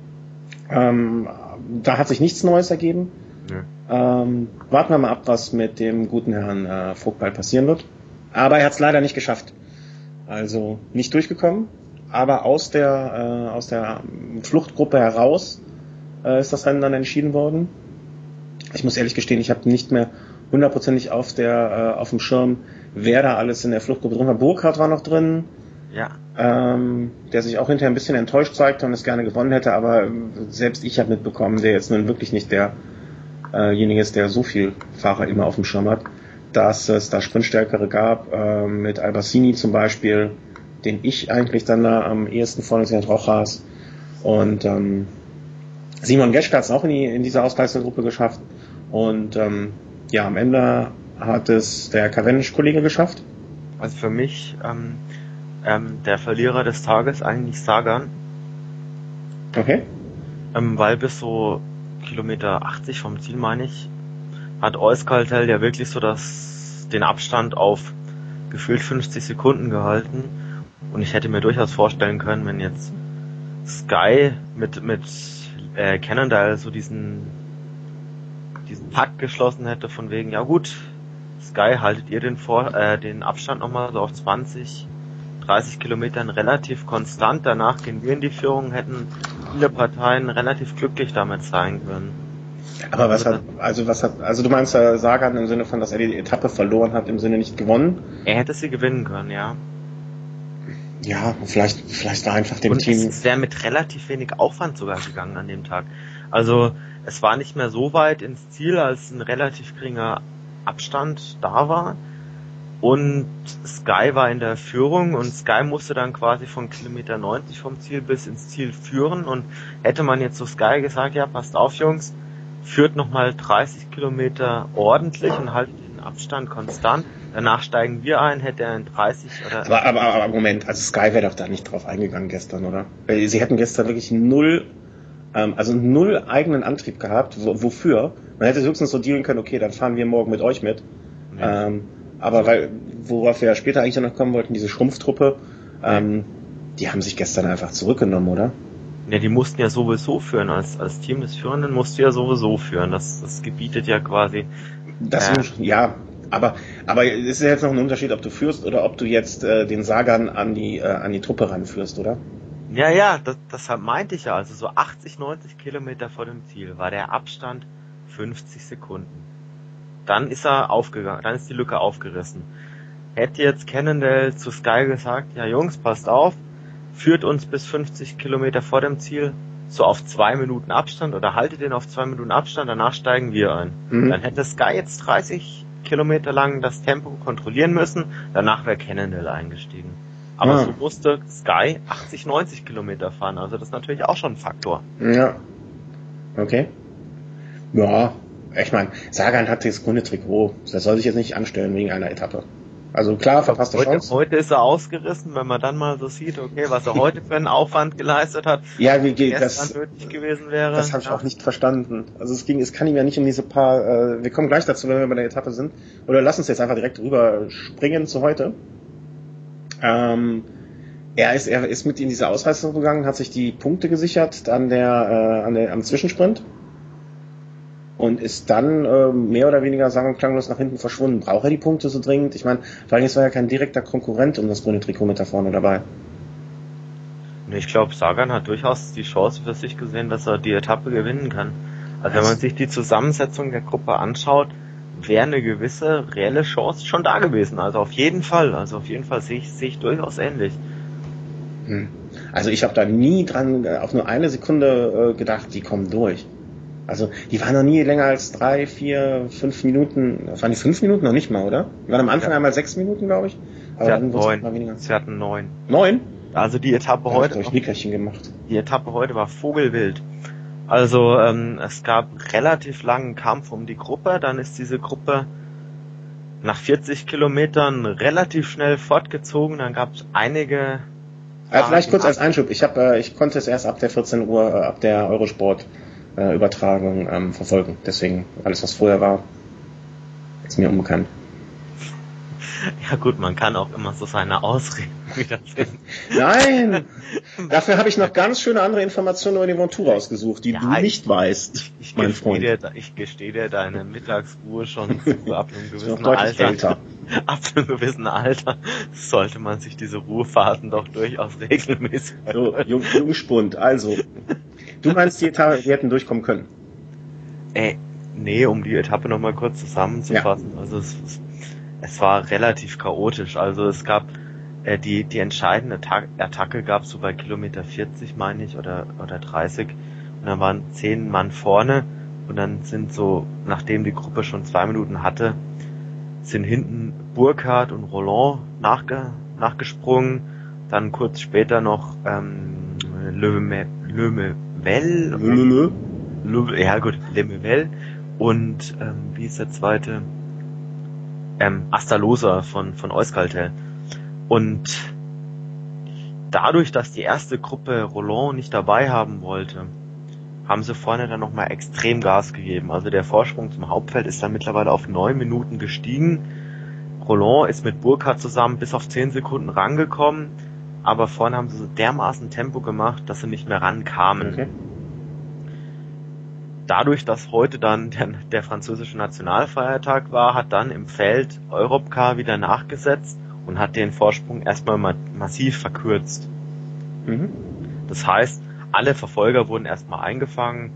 Ähm, da hat sich nichts Neues ergeben. Ja. Ähm, warten wir mal ab, was mit dem guten Herrn äh, Vogtball passieren wird. Aber er hat es leider nicht geschafft. Also nicht durchgekommen. Aber aus der äh, aus der Fluchtgruppe heraus äh, ist das Rennen dann entschieden worden. Ich muss ehrlich gestehen, ich habe nicht mehr hundertprozentig auf der äh, auf dem Schirm, wer da alles in der Fluchtgruppe drin war. Burkhardt war noch drin, ja, ähm, der sich auch hinterher ein bisschen enttäuscht zeigte und es gerne gewonnen hätte. Aber selbst ich habe mitbekommen, der jetzt nun wirklich nicht derjenige äh ist, der so viel Fahrer immer auf dem Schirm hat, dass es da Sprintstärkere gab, äh, mit Albassini zum Beispiel, den ich eigentlich dann da am ehesten vorne sehe, Rochas. Und ähm, Simon Geschke hat es auch in, die, in diese Ausreißergruppe geschafft. Und ähm, ja, am Ende hat es der Cavendish-Kollege geschafft. Also für mich ähm, ähm, der Verlierer des Tages eigentlich Sagan. Okay. Ähm, weil bis so Kilometer achtzig vom Ziel, meine ich, hat Euskaltel ja wirklich so das, den Abstand auf gefühlt fünfzig Sekunden gehalten. Und ich hätte mir durchaus vorstellen können, wenn jetzt Sky mit mit äh, Cannondale so diesen diesen Pakt geschlossen hätte von wegen, ja gut, Sky, haltet ihr den vor äh, den Abstand nochmal so auf zwanzig, dreißig Kilometern relativ konstant, danach gehen wir in die Führung, hätten viele Parteien relativ glücklich damit sein können. Aber was hat, also was hat, also du meinst äh, Sagan im Sinne von, dass er die Etappe verloren hat, im Sinne nicht gewonnen? Er hätte sie gewinnen können, ja. Ja, vielleicht, vielleicht war einfach dem und Team. Es, es wäre mit relativ wenig Aufwand sogar gegangen an dem Tag. Also es war nicht mehr so weit ins Ziel, als ein relativ geringer Abstand da war. Und Sky war in der Führung und Sky musste dann quasi von Kilometer neunzig vom Ziel bis ins Ziel führen. Und hätte man jetzt zu Sky gesagt, ja, passt auf, Jungs, führt nochmal dreißig Kilometer ordentlich und haltet den Abstand konstant. Danach steigen wir ein, hätte er in dreißig oder... Aber, aber, aber Moment, also Sky wäre doch da nicht drauf eingegangen gestern, oder? Sie hätten gestern wirklich null, ähm, also null eigenen Antrieb gehabt. Wo, wofür? Man hätte höchstens so dealen können, okay, dann fahren wir morgen mit euch mit. Ja. Ähm, aber weil, worauf wir ja später eigentlich noch kommen wollten, diese Schrumpftruppe, ähm, die haben sich gestern einfach zurückgenommen, oder? Ja, die mussten ja sowieso führen. Als, als Team des Führenden musst du ja sowieso führen. Das, das gebietet ja quasi... Das äh, muss, ja... Aber, aber es ist ja jetzt noch ein Unterschied, ob du führst oder ob du jetzt äh, den Sagan an die, äh, an die Truppe ranführst, oder? Ja, ja, das, deshalb meinte ich ja. Also so achtzig, neunzig Kilometer vor dem Ziel war der Abstand fünfzig Sekunden. Dann ist er aufgegangen, dann ist die Lücke aufgerissen. Hätte jetzt Cannondale zu Sky gesagt, ja Jungs, passt auf, führt uns bis fünfzig Kilometer vor dem Ziel so auf zwei Minuten Abstand oder haltet den auf zwei Minuten Abstand, danach steigen wir ein. Mhm. Dann hätte Sky jetzt dreißig Kilometer lang das Tempo kontrollieren müssen, danach wäre Cannondale eingestiegen. Aber ja. So musste Sky achtzig, neunzig Kilometer fahren, also das ist natürlich auch schon ein Faktor. Ja. Okay. Ja, ich meine, Sagan hat das grüne Trikot, das soll sich jetzt nicht anstellen wegen einer Etappe. Also klar, verpasste heute, Chance. Heute ist er ausgerissen, wenn man dann mal so sieht, okay, was er heute für einen Aufwand geleistet hat. Ja, wie geht das? Nötig gewesen wäre. Das habe ich ja. auch nicht verstanden. Also es ging, es kann ihm ja nicht um diese paar. Äh, wir kommen gleich dazu, wenn wir bei der Etappe sind. Oder lass uns jetzt einfach direkt rüber springen zu heute. Ähm, er ist, er ist mit in diese Ausreißer gegangen, hat sich die Punkte gesichert an der, äh, an der, am Zwischensprint. und ist dann äh, mehr oder weniger sang- und klanglos nach hinten verschwunden. Braucht er die Punkte so dringend? Ich meine, vor allem, es war ja kein direkter Konkurrent um das grüne Trikot mit da vorne dabei. Ich glaube, Sagan hat durchaus die Chance für sich gesehen, dass er die Etappe gewinnen kann. Also wenn man sich die Zusammensetzung der Gruppe anschaut, wäre eine gewisse reelle Chance schon da gewesen. Also auf jeden Fall. Also auf jeden Fall sehe ich, sehe ich durchaus ähnlich. Hm. Also ich habe da nie dran, auch nur eine Sekunde äh, gedacht, die kommen durch. Also die waren noch nie länger als drei, vier, fünf Minuten. Waren die fünf Minuten noch nicht mal, oder? Die waren am Anfang ja. einmal sechs Minuten, glaube ich. Aber Sie hatten neun. Mal weniger. Sie hatten neun. Neun? Also die Etappe da heute. Ich Nickerchen gemacht. Die Etappe heute war vogelwild. Also ähm, es gab relativ langen Kampf um die Gruppe. Dann ist diese Gruppe nach vierzig Kilometern relativ schnell fortgezogen. Dann gab es einige. Äh, vielleicht kurz als Einschub. Ich habe, äh, ich konnte es erst ab der vierzehn Uhr, äh, ab der Eurosport äh, Übertragung ähm, verfolgen. Deswegen alles, was vorher war, ist mir unbekannt. Ja gut, man kann auch immer so seine Ausreden wieder finden. Nein! Dafür habe ich noch ganz schöne andere Informationen über die Ventura ausgesucht, die ja, du nicht ich, weißt, ich, ich mein Freund. Dir, ich gestehe dir deine Mittagsruhe schon zu, ab einem gewissen Alter. Älter. Ab einem gewissen Alter sollte man sich diese Ruhephasen doch durchaus regelmäßig. So, Jung, Jungspund, also. Du meinst, die Etappe, die hätten durchkommen können? Äh, nee, um die Etappe nochmal kurz zusammenzufassen. Ja. Also es, es Es war relativ chaotisch, also es gab äh, die die entscheidende Ta- Attacke gab es so bei Kilometer vierzig, meine ich, oder oder dreißig, und dann waren zehn Mann vorne und dann sind so, nachdem die Gruppe schon zwei Minuten hatte, sind hinten Burkhardt und Roland nachge- nachgesprungen, dann kurz später noch ähm, Le Mevel, Le Le ja gut, Le Mevel und ähm, wie ist der zweite? Ähm, Astalosa von, von Euskaltel. Und dadurch, dass die erste Gruppe Roland nicht dabei haben wollte, haben sie vorne dann nochmal extrem Gas gegeben. Also der Vorsprung zum Hauptfeld ist dann mittlerweile auf neun Minuten gestiegen. Roland ist mit Burkhardt zusammen bis auf zehn Sekunden rangekommen, aber vorne haben sie so dermaßen Tempo gemacht, dass sie nicht mehr rankamen. Okay. Dadurch, dass heute dann der, der französische Nationalfeiertag war, hat dann im Feld Europcar wieder nachgesetzt und hat den Vorsprung erstmal ma- massiv verkürzt. Mhm. Das heißt, alle Verfolger wurden erstmal eingefangen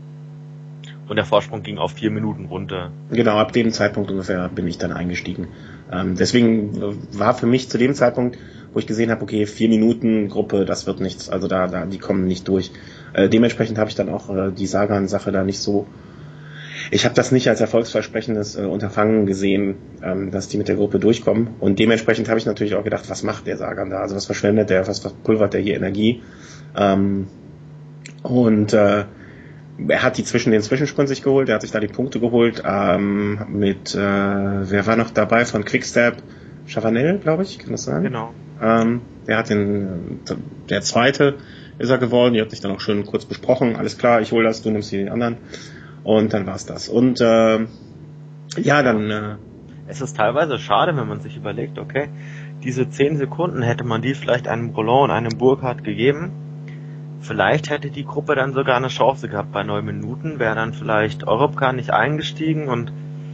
und der Vorsprung ging auf vier Minuten runter. Genau, ab dem Zeitpunkt ungefähr bin ich dann eingestiegen. Ähm, deswegen war für mich zu dem Zeitpunkt, wo ich gesehen habe, okay, vier Minuten Gruppe, das wird nichts, also da, da die kommen nicht durch. Äh, dementsprechend habe ich dann auch äh, die Sagan-Sache da nicht so, ich habe das nicht als erfolgsversprechendes äh, Unterfangen gesehen, ähm, dass die mit der Gruppe durchkommen, und dementsprechend habe ich natürlich auch gedacht, was macht der Sagan da, also was verschwendet der, was, was pulvert der hier Energie, ähm, und äh, er hat die zwischen den Zwischensprint sich geholt, er hat sich da die Punkte geholt, ähm, mit, äh, wer war noch dabei von Quickstep? Chavanel, glaube ich, kann das sein? Genau. Ähm, der hat den, der zweite ist er geworden, die hat sich dann auch schön kurz besprochen, alles klar, ich hole das, du nimmst hier den anderen, und dann war's das. Und äh, ja, dann äh, es ist teilweise schade, wenn man sich überlegt, okay, diese zehn Sekunden hätte man die vielleicht einem Roland und einem Burkhardt gegeben, vielleicht hätte die Gruppe dann sogar eine Chance gehabt. Bei neun Minuten wäre dann vielleicht Europcar nicht eingestiegen und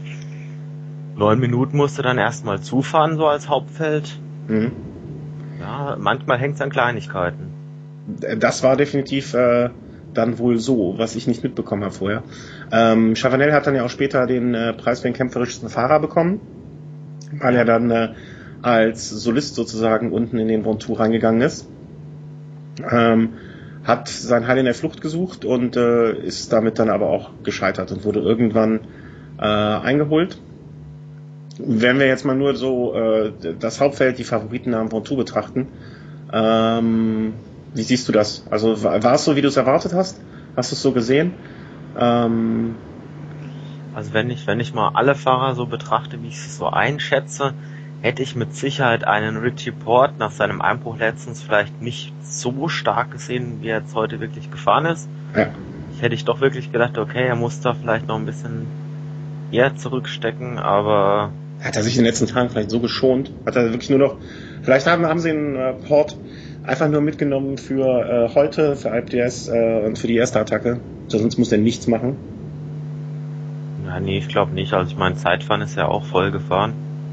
neun Minuten musste dann erstmal zufahren, so als Hauptfeld. Mhm. Ja, manchmal hängt es an Kleinigkeiten. Das war definitiv äh, dann wohl so, was ich nicht mitbekommen habe vorher. Ähm, Chavanel hat dann ja auch später den äh, Preis für den kämpferischsten Fahrer bekommen, weil er dann äh, als Solist sozusagen unten in den Ventoux reingegangen ist. Ähm, hat sein Heil in der Flucht gesucht und äh, ist damit dann aber auch gescheitert und wurde irgendwann äh, eingeholt. Wenn wir jetzt mal nur so äh, das Hauptfeld, die Favoriten am Ventoux betrachten, ähm, wie siehst du das? Also war, war es so, wie du es erwartet hast? Hast du es so gesehen? Ähm, also wenn ich wenn ich mal alle Fahrer so betrachte, wie ich sie so einschätze, hätte ich mit Sicherheit einen Richie Porte nach seinem Einbruch letztens vielleicht nicht so stark gesehen, wie er jetzt heute wirklich gefahren ist. Ja. Ich hätte ich doch wirklich gedacht, okay, er muss da vielleicht noch ein bisschen eher zurückstecken, aber hat er sich in den letzten Tagen vielleicht so geschont? Hat er wirklich nur noch, vielleicht haben, haben sie einen äh, Port einfach nur mitgenommen für äh, heute, für Alpe d'Huez äh, und für die erste Attacke. Sonst muss er nichts machen. Ja, nee, ich glaube nicht. Also ich meine, Zeitfahren ist ja auch voll gefahren.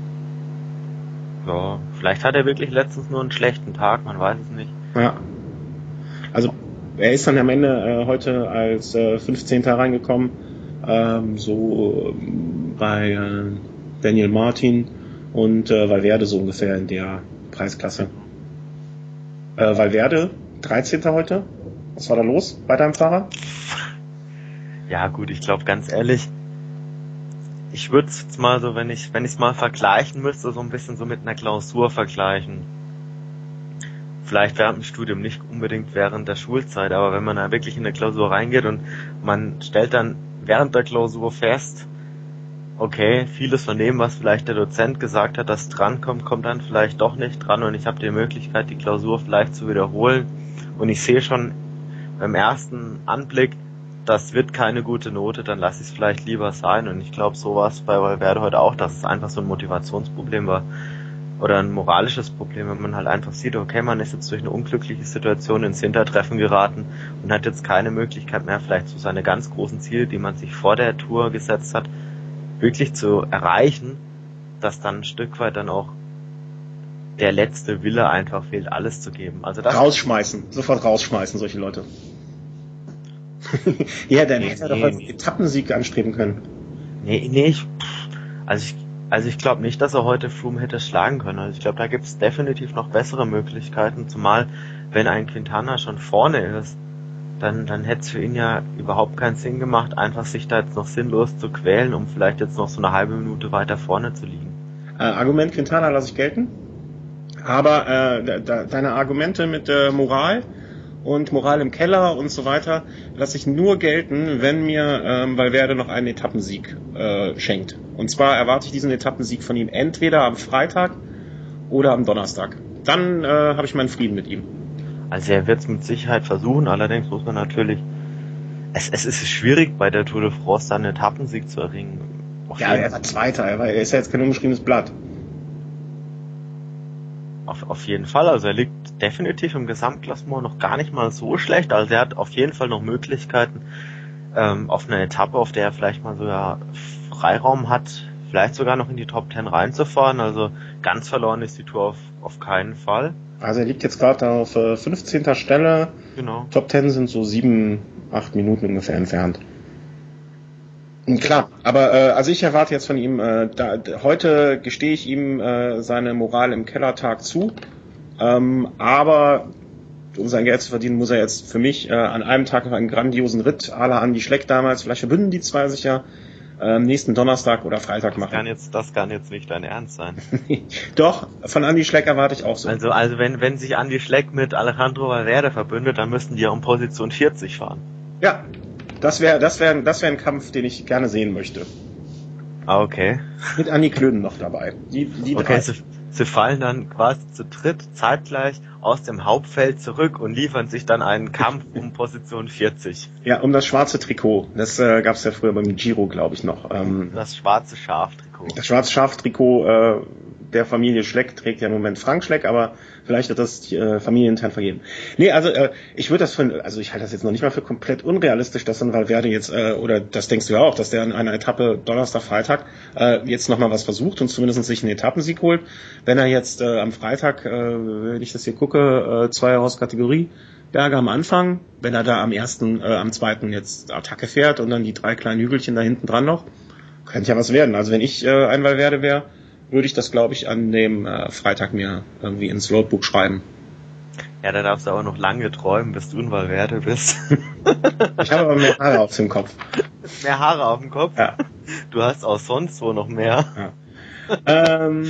Ja, vielleicht hat er wirklich letztens nur einen schlechten Tag, man weiß es nicht. Ja. Also er ist dann am Ende äh, heute als äh, fünfzehnter reingekommen, ähm, so äh, bei äh, Daniel Martin und äh, Valverde so ungefähr in der Preisklasse. Äh, Valverde, dreizehnter heute. Was war da los bei deinem Fahrer? Ja gut, ich glaube ganz ehrlich, ich würde es jetzt mal so, wenn ich wenn ich es mal vergleichen müsste, so ein bisschen so mit einer Klausur vergleichen. Vielleicht während dem Studium, nicht unbedingt während der Schulzeit, aber wenn man da wirklich in eine Klausur reingeht und man stellt dann während der Klausur fest, okay, vieles von dem, was vielleicht der Dozent gesagt hat, das drankommt, kommt dann vielleicht doch nicht dran und ich habe die Möglichkeit, die Klausur vielleicht zu wiederholen und ich sehe schon beim ersten Anblick, das wird keine gute Note, dann lasse ich es vielleicht lieber sein. Und ich glaube, so war es bei Valverde heute auch, dass es einfach so ein Motivationsproblem war oder ein moralisches Problem, wenn man halt einfach sieht, okay, man ist jetzt durch eine unglückliche Situation ins Hintertreffen geraten und hat jetzt keine Möglichkeit mehr, vielleicht so seine ganz großen Ziele, die man sich vor der Tour gesetzt hat, wirklich zu erreichen, dass dann ein Stück weit dann auch der letzte Wille einfach fehlt, alles zu geben. Also das rausschmeißen, sofort rausschmeißen, solche Leute. Ja, dann nee, hätte er nee, doch als nee. Etappensieg anstreben können. Nee, nee, ich, also ich, also ich glaube nicht, dass er heute Froome hätte schlagen können. Also ich glaube, da gibt es definitiv noch bessere Möglichkeiten, zumal wenn ein Quintana schon vorne ist, dann, dann hätte es für ihn ja überhaupt keinen Sinn gemacht, einfach sich da jetzt noch sinnlos zu quälen, um vielleicht jetzt noch so eine halbe Minute weiter vorne zu liegen. Äh, Argument Quintana lasse ich gelten, aber äh, de, de, deine Argumente mit äh, Moral und Moral im Keller und so weiter lasse ich nur gelten, wenn mir ähm, Valverde noch einen Etappensieg äh, schenkt. Und zwar erwarte ich diesen Etappensieg von ihm entweder am Freitag oder am Donnerstag. Dann äh, habe ich meinen Frieden mit ihm. Also er wird es mit Sicherheit versuchen, allerdings muss man natürlich, es, es ist schwierig bei der Tour de France dann einen Etappensieg zu erringen. Auf ja, er war Zweiter, er, war, er ist ja jetzt kein unbeschriebenes Blatt. Auf, auf jeden Fall, also er liegt definitiv im Gesamtklassement noch gar nicht mal so schlecht, also er hat auf jeden Fall noch Möglichkeiten ähm, auf eine Etappe, auf der er vielleicht mal sogar Freiraum hat, vielleicht sogar noch in die Top Ten reinzufahren, also ganz verloren ist die Tour auf, auf keinen Fall. Also er liegt jetzt gerade auf äh, fünfzehnter Stelle, genau. Top Ten sind so sieben, acht Minuten ungefähr entfernt. Klar, aber äh, also ich erwarte jetzt von ihm, äh, da, heute gestehe ich ihm äh, seine Moral im Kellertag zu, ähm, aber um sein Geld zu verdienen, muss er jetzt für mich äh, an einem Tag noch einen grandiosen Ritt à la Andi Schleck damals, vielleicht verbünden die zwei sich ja, äh, nächsten Donnerstag oder Freitag machen. Das kann jetzt, das kann jetzt nicht dein Ernst sein. Doch, von Andi Schleck erwarte ich auch so. Also, also wenn, wenn sich Andi Schleck mit Alejandro Valverde verbündet, dann müssten die ja um Position vierzig fahren. Ja. Das wäre das wäre das wäre ein Kampf, den ich gerne sehen möchte. Ah, okay. Mit Anni Klöden noch dabei. Die, die okay, sie, sie fallen dann quasi zu dritt zeitgleich aus dem Hauptfeld zurück und liefern sich dann einen Kampf um Position vierzig. Ja, um das schwarze Trikot. Das äh, gab es ja früher beim Giro, glaube ich, noch. Ähm, das schwarze Schaf-Trikot. Das schwarze Schaf-Trikot äh, der Familie Schleck trägt ja im Moment Frank Schleck, aber vielleicht wird das äh, familienintern vergeben. Nee, also äh, ich würde das für, also ich halte das jetzt noch nicht mal für komplett unrealistisch, dass dann Valverde jetzt, äh, oder das denkst du ja auch, dass der in einer Etappe Donnerstag, Freitag äh, jetzt nochmal was versucht und zumindest sich einen Etappensieg holt. Wenn er jetzt äh, am Freitag, äh, wenn ich das hier gucke, äh, zwei aus Kategorie Berge am Anfang, wenn er da am ersten, äh, am zweiten jetzt Attacke fährt und dann die drei kleinen Hügelchen da hinten dran noch, könnte ja was werden. Also wenn ich äh, ein Valverde wäre, würde ich das, glaube ich, an dem äh, Freitag mir irgendwie ins Notebook schreiben. Ja, da darfst du aber noch lange träumen, bis du ein Valverde bist. Ich habe aber mehr Haare auf dem Kopf. Mehr Haare auf dem Kopf? Ja. Du hast auch sonst wo noch mehr. Ja. ähm,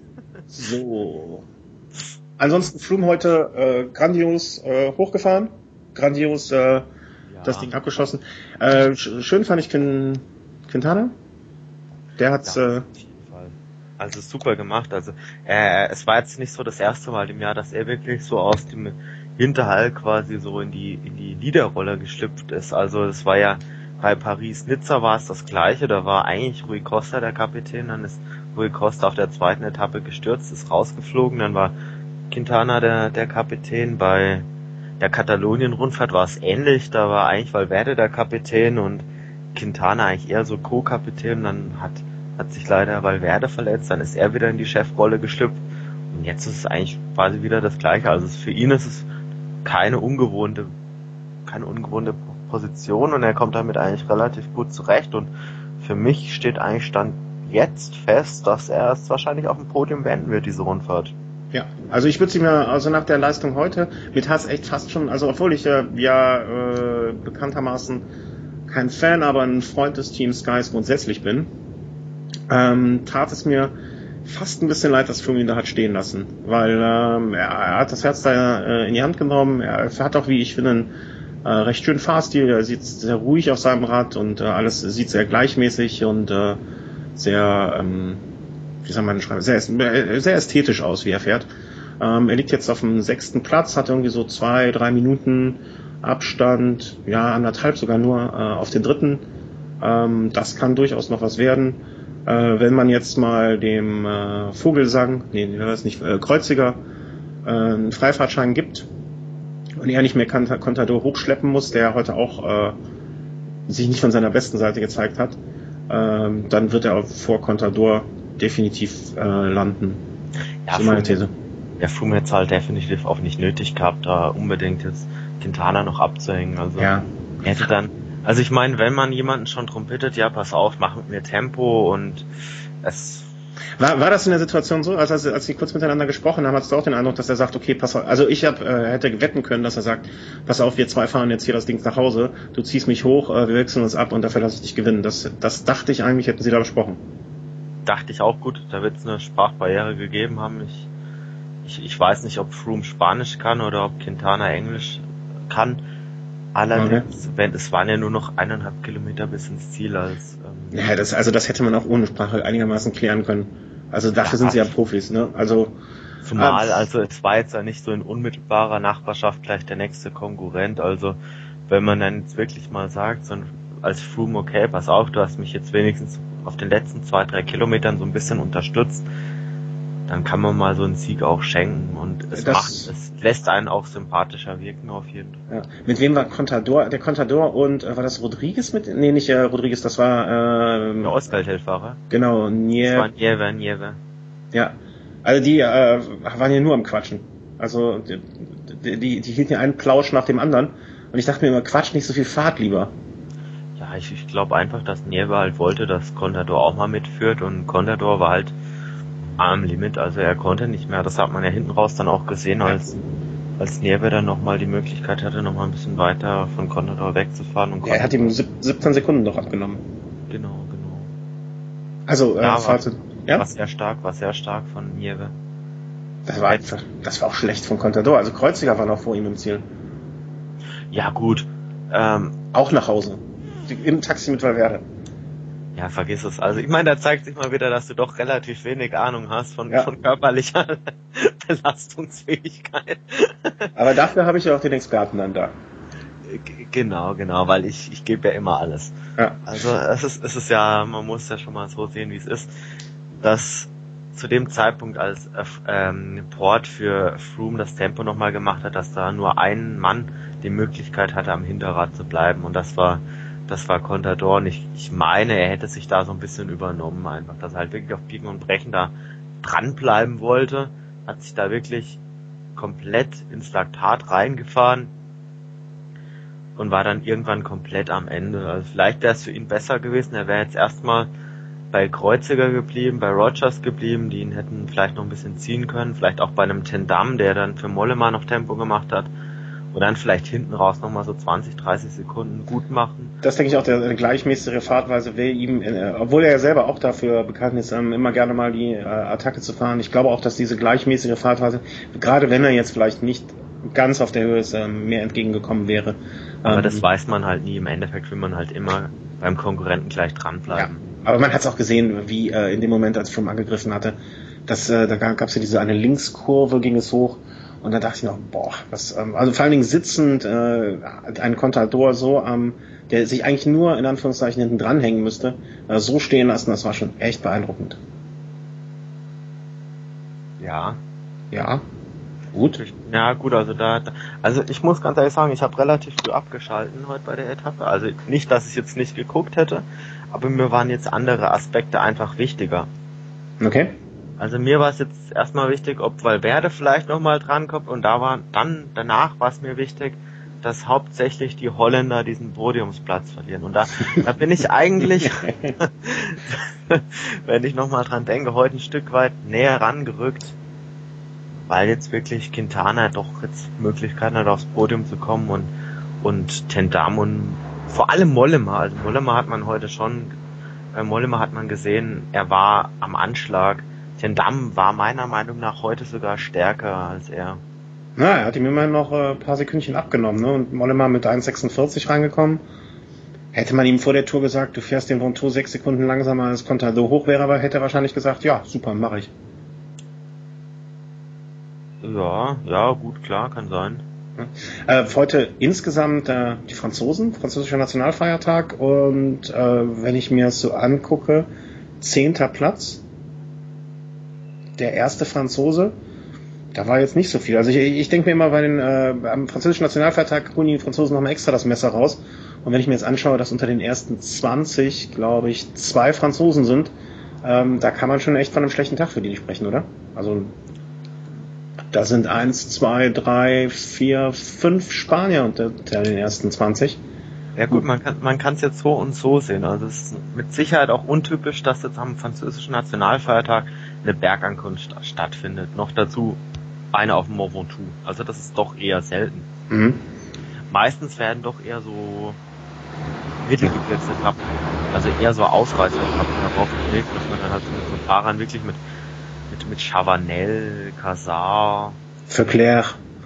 so. Ansonsten Froome heute äh, grandios äh, hochgefahren. Grandios äh, ja. Das Ding abgeschossen. Äh, schön fand ich Quin- Quintana. Der hat's... Ja. Äh, Also super gemacht. Also äh, es war jetzt nicht so das erste Mal im Jahr, dass er wirklich so aus dem Hinterhalt quasi so in die in die Leaderrolle geschlüpft ist. Also es war ja bei Paris-Nizza war es das Gleiche. Da war eigentlich Rui Costa der Kapitän. Dann ist Rui Costa auf der zweiten Etappe gestürzt, ist rausgeflogen. Dann war Quintana der der Kapitän. Bei der Katalonien-Rundfahrt war es ähnlich. Da war eigentlich Valverde der Kapitän und Quintana eigentlich eher so Co-Kapitän, dann hat, hat sich leider Valverde verletzt, dann ist er wieder in die Chefrolle geschlüpft und jetzt ist es eigentlich quasi wieder das Gleiche. Also für ihn ist es keine ungewohnte, keine ungewohnte Position und er kommt damit eigentlich relativ gut zurecht und für mich steht eigentlich Stand jetzt fest, dass er es wahrscheinlich auf dem Podium beenden wird, diese Rundfahrt. Ja, also ich würde sie mir, also nach der Leistung heute, mir tat es echt fast schon, also obwohl ich äh, ja äh, bekanntermaßen kein Fan, aber ein Freund des Team Skys grundsätzlich bin, ähm, tat es mir fast ein bisschen leid, dass Froome ihn da hat stehen lassen, weil ähm, er, er hat das Herz da äh, in die Hand genommen, er hat auch, wie ich finde, einen äh, recht schönen Fahrstil, er sieht sehr ruhig auf seinem Rad und äh, alles sieht sehr gleichmäßig und äh, sehr, ähm, wie soll man schreiben, sehr, sehr ästhetisch aus, wie er fährt. Ähm, er liegt jetzt auf dem sechsten Platz, hat irgendwie so zwei, drei Minuten Abstand, ja, anderthalb sogar nur äh, auf den dritten. Ähm, das kann durchaus noch was werden. Äh, wenn man jetzt mal dem äh, Vogelsang, nee, ich weiß nicht, äh, Kreuziger äh, einen Freifahrtschein gibt und er nicht mehr Contador hochschleppen muss, der heute auch äh, sich nicht von seiner besten Seite gezeigt hat, äh, dann wird er auch vor Contador definitiv äh, landen. Ja, so meine These. Der Froome hätte es halt definitiv auch nicht nötig gehabt, da unbedingt jetzt Quintana noch abzuhängen. Also ja. er hätte dann, also ich meine, wenn man jemanden schon trompetet, ja, pass auf, mach mit mir Tempo und es... War, war das in der Situation so, als, als, als sie kurz miteinander gesprochen haben, hattest du auch den Eindruck, dass er sagt, okay, pass auf, also ich hab, äh, hätte wetten können, dass er sagt, pass auf, wir zwei fahren jetzt hier das Ding nach Hause, du ziehst mich hoch, äh, wir wechseln uns ab und dafür lasse ich dich gewinnen. Das, das dachte ich eigentlich, hätten sie da besprochen. Dachte ich auch, gut, da wird es eine Sprachbarriere gegeben haben. Ich, ich, ich weiß nicht, ob Froome Spanisch kann oder ob Quintana Englisch kann. Allerdings, okay. wenn es waren ja nur noch eineinhalb Kilometer bis ins Ziel. Als, ähm ja, das, also das hätte man auch ohne Sprache einigermaßen klären können. Also dafür ja, sind sie ja Profis, ne? Also zumal, äh, also es war jetzt ja nicht so in unmittelbarer Nachbarschaft gleich der nächste Konkurrent. Also wenn man dann jetzt wirklich mal sagt, so als Froome, okay, pass auf, du hast mich jetzt wenigstens auf den letzten zwei, drei Kilometern so ein bisschen unterstützt, dann kann man mal so einen Sieg auch schenken und es das, macht, es lässt einen auch sympathischer wirken auf jeden Fall. Ja. Mit wem war Contador? Der Contador und äh, war das Rodriguez mit? Nee, nicht äh, Rodriguez, das war äh, der Ostwelthelfer. Genau, Nieve. Das war Nieve, Nieve. Ja, also die äh, waren ja nur am Quatschen. Also die, die, die hielten ja einen Plausch nach dem anderen und ich dachte mir immer, Quatsch, nicht so viel Fahrt lieber. Ja, ich, ich glaube einfach, dass Nieve halt wollte, dass Contador auch mal mitführt und Contador war halt am Limit, also er konnte nicht mehr. Das hat man ja hinten raus dann auch gesehen, als als Nieve dann nochmal die Möglichkeit hatte, nochmal ein bisschen weiter von Contador wegzufahren. Und ja, er hat ihm siebzehn Sekunden doch abgenommen. Genau, genau. Also, äh, ja, das war, ja? war sehr stark, war sehr stark von Nieve. Das war, das war auch schlecht von Contador. Also Kreuziger war noch vor ihm im Ziel. Ja, gut. Ähm, auch nach Hause. Im Taxi mit Valverde. Ja, vergiss es. Also ich meine, da zeigt sich mal wieder, dass du doch relativ wenig Ahnung hast von, ja. von körperlicher Belastungsfähigkeit. Aber dafür habe ich ja auch den Experten dann da. G- genau, genau, weil ich, ich gebe ja immer alles. Ja. Also es ist, es ist ja, man muss ja schon mal so sehen, wie es ist, dass zu dem Zeitpunkt, als ähm, Port für Froome das Tempo nochmal gemacht hat, dass da nur ein Mann die Möglichkeit hatte, am Hinterrad zu bleiben und das war Das war Contador und ich, ich meine, er hätte sich da so ein bisschen übernommen einfach, dass er halt wirklich auf Biegen und Brechen da dranbleiben wollte, hat sich da wirklich komplett ins Laktat reingefahren und war dann irgendwann komplett am Ende. Also vielleicht wäre es für ihn besser gewesen, er wäre jetzt erstmal bei Kreuziger geblieben, bei Rogers geblieben, die ihn hätten vielleicht noch ein bisschen ziehen können, vielleicht auch bei einem Tendam, der dann für Mollema noch Tempo gemacht hat. Und dann vielleicht hinten raus nochmal so zwanzig, dreißig Sekunden gut machen. Das denke ich auch, der, der gleichmäßige Fahrtweise wäre ihm, äh, obwohl er ja selber auch dafür bekannt ist, ähm, immer gerne mal die äh, Attacke zu fahren. Ich glaube auch, dass diese gleichmäßige Fahrtweise, gerade wenn er jetzt vielleicht nicht ganz auf der Höhe ist, ähm, mehr entgegengekommen wäre. Aber ähm, das weiß man halt nie. Im Endeffekt will man halt immer beim Konkurrenten gleich dranbleiben. Ja, aber man hat es auch gesehen, wie äh, in dem Moment, als Froome angegriffen hatte, dass, äh, da gab es ja diese eine Linkskurve, ging es hoch. Und da dachte ich noch, boah, was, ähm, also vor allen Dingen sitzend, äh, ein Contador so, ähm, der sich eigentlich nur in Anführungszeichen hinten dranhängen müsste, äh, so stehen lassen, das war schon echt beeindruckend. Ja. Ja. Gut. Ja, gut, also da, da also ich muss ganz ehrlich sagen, ich habe relativ früh abgeschalten heute bei der Etappe. Also nicht, dass ich jetzt nicht geguckt hätte, aber mir waren jetzt andere Aspekte einfach wichtiger. Okay. Also mir war es jetzt erstmal wichtig, ob Valverde vielleicht nochmal drankommt, und da war dann danach war es mir wichtig, dass hauptsächlich die Holländer diesen Podiumsplatz verlieren. Und da, da bin ich eigentlich, wenn ich nochmal dran denke, heute ein Stück weit näher rangerückt, weil jetzt wirklich Quintana doch jetzt Möglichkeiten hat, aufs Podium zu kommen, und und Ten Dam und vor allem Mollema. Also Mollema hat man heute schon, bei Mollema hat man gesehen, er war am Anschlag. Ten Dam war meiner Meinung nach heute sogar stärker als er. Na, er hat ihm immerhin noch ein paar Sekündchen abgenommen, ne? Und Mollema mit eins sechsundvierzig reingekommen. Hätte man ihm vor der Tour gesagt, du fährst den Ventoux sechs Sekunden langsamer als Contador hoch wäre, aber hätte er wahrscheinlich gesagt, ja, super, mache ich. Ja, ja, gut, klar, kann sein. Äh, heute insgesamt äh, die Franzosen, französischer Nationalfeiertag, und äh, wenn ich mir das so angucke, zehnter Platz, der erste Franzose, da war jetzt nicht so viel. Also ich, ich denke mir immer, bei den äh, am französischen Nationalfeiertag holen die Franzosen nochmal extra das Messer raus, und wenn ich mir jetzt anschaue, dass unter den ersten zwanzig, glaube ich, zwei Franzosen sind, ähm, da kann man schon echt von einem schlechten Tag für die sprechen, oder? Also da sind eins, zwei, drei, vier, fünf Spanier unter, unter den ersten zwanzig. Ja gut, man kann man kann es jetzt so und so sehen. Also es ist mit Sicherheit auch untypisch, dass jetzt am französischen Nationalfeiertag eine Bergankunft stattfindet. Noch dazu eine auf dem Mont Ventoux. Also das ist doch eher selten. Mhm. Meistens werden doch eher so Mittelgebirgsetappen, also eher so Ausreißeretappen darauf gelegt, dass man dann halt mit so Fahrern wirklich mit mit mit Chavanel, Casar, Verclair.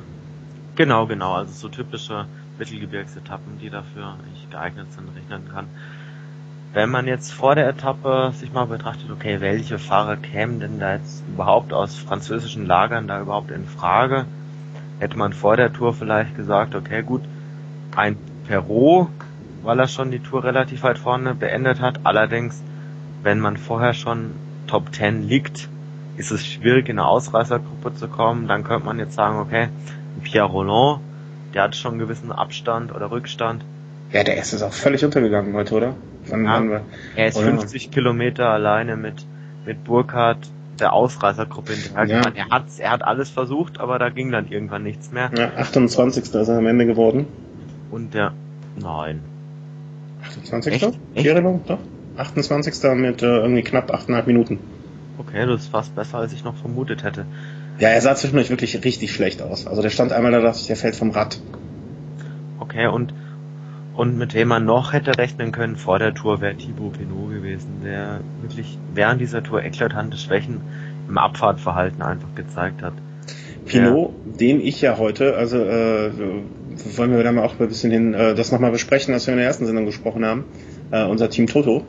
Genau, genau, also so typische Mittelgebirgsetappen, die dafür nicht geeignet sind, rechnen kann. Wenn man jetzt vor der Etappe sich mal betrachtet, okay, welche Fahrer kämen denn da jetzt überhaupt aus französischen Lagern da überhaupt in Frage, hätte man vor der Tour vielleicht gesagt, okay, gut, ein Perrault, weil er schon die Tour relativ weit vorne beendet hat. Allerdings, wenn man vorher schon Top zehn liegt, ist es schwierig, in eine Ausreißergruppe zu kommen. Dann könnte man jetzt sagen, okay, Pierre Rolland, der hat schon einen gewissen Abstand oder Rückstand. Ja, der ist auch völlig untergegangen heute, oder? Wann, Ja, wann wir, er ist oder? fünfzig Kilometer alleine mit mit Burkhardt der Ausreißergruppe hinterhergefahren. Ja. Er hat er hat alles versucht, aber da ging dann irgendwann nichts mehr. Ja, achtundzwanzigster ist er am Ende geworden. Und der, nein. achtundzwanzigster Echt? Echt? Kirillov, doch. achtundzwanzigster mit äh, irgendwie knapp achteinhalb Minuten. Okay, das ist fast besser, als ich noch vermutet hätte. Ja, er sah zwischendurch wirklich richtig schlecht aus. Also der stand einmal da, dachte ich, der fällt vom Rad. Okay, und und mit wem man noch hätte rechnen können vor der Tour, wäre Thibaut Pinot gewesen, der wirklich während dieser Tour eklatante Schwächen im Abfahrtverhalten einfach gezeigt hat. Pinot, ja. Den ich ja heute, also äh, wollen wir dann mal auch ein bisschen hin äh, das nochmal besprechen, was wir in der ersten Sendung gesprochen haben, äh, unser Team Toto.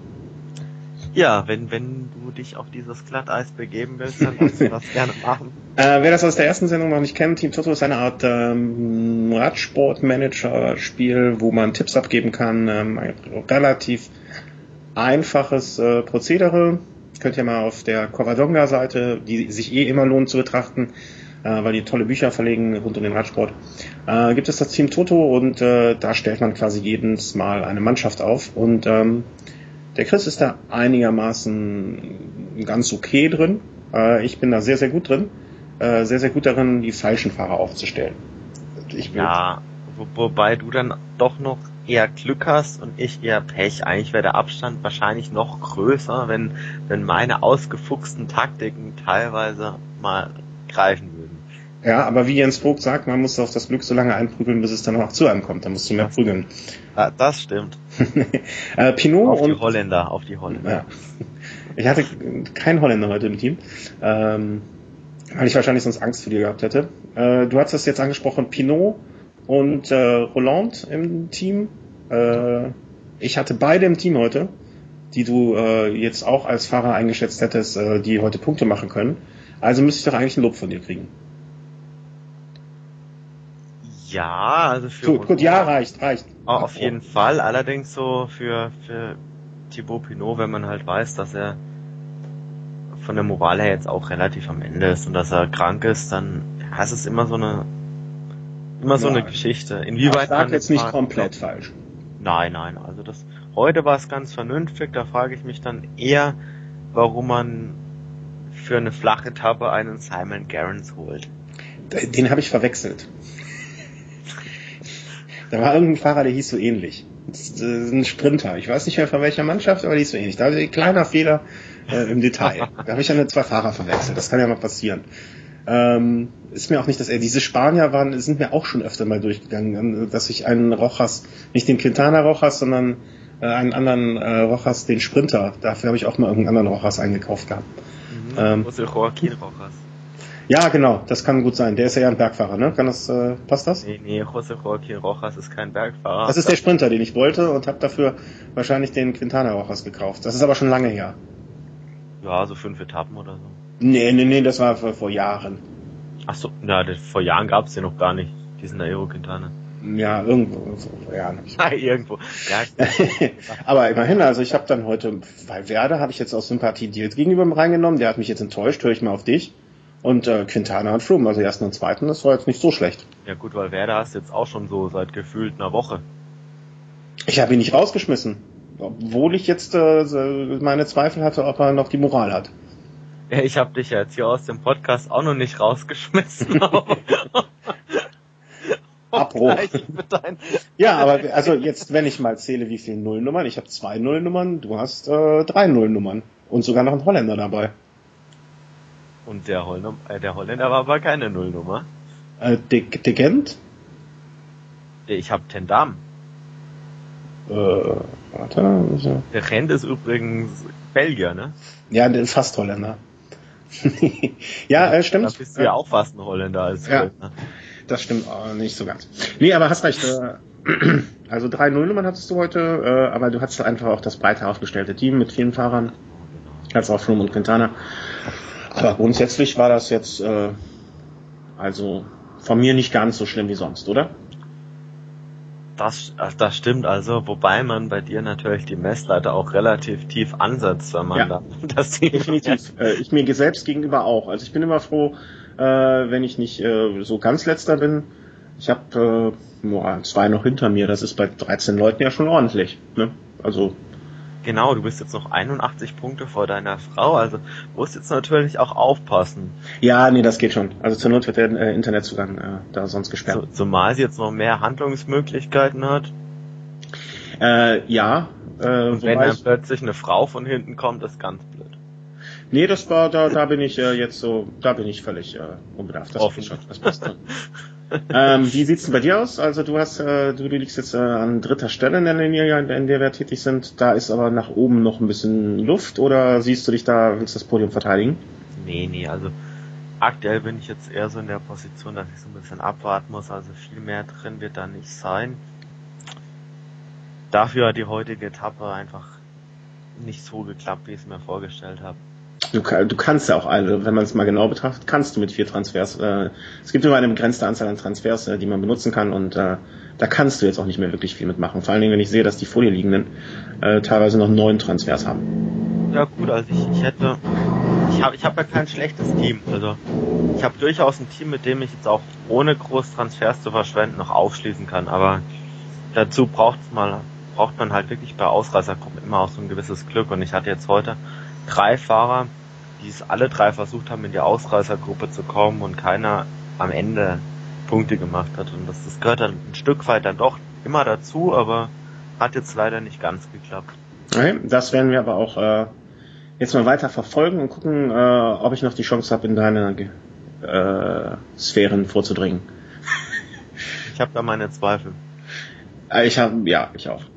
Ja, wenn wenn du dich auf dieses Glatteis begeben willst, dann kannst du das gerne machen. Äh, wer das aus der ersten Sendung noch nicht kennt, Team Toto ist eine Art ähm, Radsport-Manager-Spiel, wo man Tipps abgeben kann. Ähm, ein relativ einfaches äh, Prozedere. Könnt ihr mal auf der Covadonga-Seite, die sich eh immer lohnt zu betrachten, äh, weil die tolle Bücher verlegen rund um den Radsport, äh, gibt es das Team Toto, und äh, da stellt man quasi jedes Mal eine Mannschaft auf, und ähm, der Chris ist da einigermaßen ganz okay drin. Äh, ich bin da sehr, sehr gut drin. Äh, sehr, sehr gut darin, die falschen Fahrer aufzustellen. Ich ja, wo, wobei du dann doch noch eher Glück hast und ich eher Pech. Eigentlich wäre der Abstand wahrscheinlich noch größer, wenn, wenn meine ausgefuchsten Taktiken teilweise mal greifen würden. Ja, aber wie Jens Vogt sagt, man muss auf das Glück so lange einprügeln, bis es dann auch zu einem kommt. Dann musst du mehr prügeln. Ja, das stimmt. äh, Pinot auf und die Holländer, auf die Holländer. Ja. Ich hatte keinen Holländer heute im Team, ähm, weil ich wahrscheinlich sonst Angst vor dir gehabt hätte. Äh, du hast das jetzt angesprochen, Pinot und äh, Rolland im Team. Äh, ich hatte beide im Team heute, die du äh, jetzt auch als Fahrer eingeschätzt hättest, äh, die heute Punkte machen können. Also müsste ich doch eigentlich ein Lob von dir kriegen. Ja, also für gut, gut, ja, reicht, reicht. Auf jeden Fall, allerdings so für für Thibaut Pinot, wenn man halt weiß, dass er von der Moral her jetzt auch relativ am Ende ist und dass er krank ist, dann Ja, es ist immer so eine, immer so Ja. eine Geschichte. Inwieweit Ich sag man jetzt nicht fahren- komplett falsch. Nein, nein, also das, heute war es ganz vernünftig, da frage ich mich dann eher, warum man für eine flache Etappe einen Simon Gerrans holt. Den habe ich verwechselt. Da war irgendein Fahrer, der hieß so ähnlich. Das ist ein Sprinter. Ich weiß nicht mehr von welcher Mannschaft, aber die hieß so ähnlich. Da war ein kleiner Fehler äh, im Detail. Da habe ich dann zwei Fahrer verwechselt. Das kann ja mal passieren. Ähm, ist mir auch nicht, dass er diese Spanier waren, sind mir auch schon öfter mal durchgegangen, dass ich einen Rojas, nicht den Quintana Rojas, sondern äh, einen anderen äh, Rojas, den Sprinter. Dafür habe ich auch mal irgendeinen anderen Rojas eingekauft gehabt. Mhm. Ähm, José Joaquín Rojas. Ja, genau, das kann gut sein. Der ist ja ja ein Bergfahrer, ne? Kann das, äh, passt das? Nee, nee, José Joaquín Rojas ist kein Bergfahrer. Das ist der Sprinter, den ich wollte und habe dafür wahrscheinlich den Quintana Rojas gekauft. Das ist aber schon lange her. Ja, so fünf Etappen oder so. Nee, nee, nee, das war vor, vor Jahren. Ach so, na, das, vor Jahren gab's den noch gar nicht, diesen Aero Quintana. Ja, irgendwo so vor Jahren. Ah, irgendwo. Ja, Aber immerhin, also ich habe dann heute, bei Werder habe ich jetzt aus Sympathie Diels gegenüber reingenommen, der hat mich jetzt enttäuscht, höre ich mal auf dich. Und äh, Quintana und Froome, also ersten und zweiten, das war jetzt nicht so schlecht. ja gut, weil Werder ist jetzt auch schon so seit gefühlt einer Woche. Ich habe ihn nicht rausgeschmissen, obwohl ich jetzt äh, meine Zweifel hatte, ob er noch die Moral hat. Ja, ich habe dich ja jetzt hier aus dem Podcast auch noch nicht rausgeschmissen. Abbruch. Dein, Ja, aber also jetzt, wenn ich mal zähle, wie viele Nullnummern, ich habe zwei Nullnummern, du hast äh, drei Nullnummern und sogar noch einen Holländer dabei. Und der Holländer, äh, der Holländer war aber keine Nullnummer. Äh, De, De Gent? Ich habe Ten Dam. Äh, warte. Also. Der Gent ist übrigens Belgier, ne? Ja, der ist fast Holländer. Ja, äh, stimmt. Da bist du ja auch fast ein Holländer als Ja. Holländer. Das stimmt auch nicht so ganz. Nee, aber hast recht. Äh, also drei Nullnummern hattest du heute, äh, aber du hattest einfach auch das breiter aufgestellte Team mit vielen Fahrern. Als auch Froome und Quintana. Aber grundsätzlich war das jetzt äh, also von mir nicht ganz so schlimm wie sonst, oder? Das, das stimmt also, wobei man bei dir natürlich die Messleiter auch relativ tief ansetzt, wenn man Ja. da das sieht. Definitiv. Äh, ich mir selbst gegenüber auch. Also ich bin immer froh, äh, wenn ich nicht äh, so ganz letzter bin. Ich habe äh, zwei noch hinter mir. Das ist bei dreizehn Leuten ja schon ordentlich. Ne? Also Genau, du bist jetzt noch einundachtzig Punkte vor deiner Frau, also musst jetzt natürlich auch aufpassen. ja, nee, das geht schon. Also zur Not wird der äh, Internetzugang äh, da sonst gesperrt. Zu, zumal sie jetzt noch mehr Handlungsmöglichkeiten hat. Äh, ja. Äh, Und wenn wobei dann ich, plötzlich eine Frau von hinten kommt, ist ganz blöd. nee, das war da, da bin ich äh, jetzt so, da bin ich völlig äh, unbedarft. Das Offen. geht schon. Das passt schon. ähm, wie sieht's denn bei dir aus? Also du hast, äh, du, du liegst jetzt äh, an dritter Stelle in der Linie, in der wir tätig sind. Da ist aber nach oben noch ein bisschen Luft, oder siehst du dich da, willst du das Podium verteidigen? Nee, nee, also aktuell bin ich jetzt eher so in der Position, dass ich so ein bisschen abwarten muss, also viel mehr drin wird da nicht sein. Dafür hat die heutige Etappe einfach nicht so geklappt, wie ich es mir vorgestellt habe. Du, du kannst ja auch alle, wenn man es mal genau betrachtet, kannst du mit vier Transfers. Äh, es gibt immer eine begrenzte Anzahl an Transfers, äh, die man benutzen kann, und äh, da kannst du jetzt auch nicht mehr wirklich viel mitmachen. Vor allen Dingen, wenn ich sehe, dass die vor dir liegenden äh, teilweise noch neun Transfers haben. Ja gut, also ich, ich hätte, ich habe ich hab ja kein schlechtes Team. Also ich habe durchaus ein Team, mit dem ich jetzt auch ohne groß Transfers zu verschwenden noch aufschließen kann. Aber dazu braucht's mal, braucht man halt wirklich bei Ausreißergruppen immer auch so ein gewisses Glück. Und ich hatte jetzt heute drei Fahrer, die es alle drei versucht haben, in die Ausreißergruppe zu kommen und keiner am Ende Punkte gemacht hat. Und das, das gehört dann ein Stück weit dann doch immer dazu, aber hat jetzt leider nicht ganz geklappt. Okay, das werden wir aber auch äh, jetzt mal weiter verfolgen und gucken, äh, ob ich noch die Chance habe, in deine äh, Sphären vorzudringen. Ich habe da meine Zweifel. Äh, ich habe, ja, ich auch.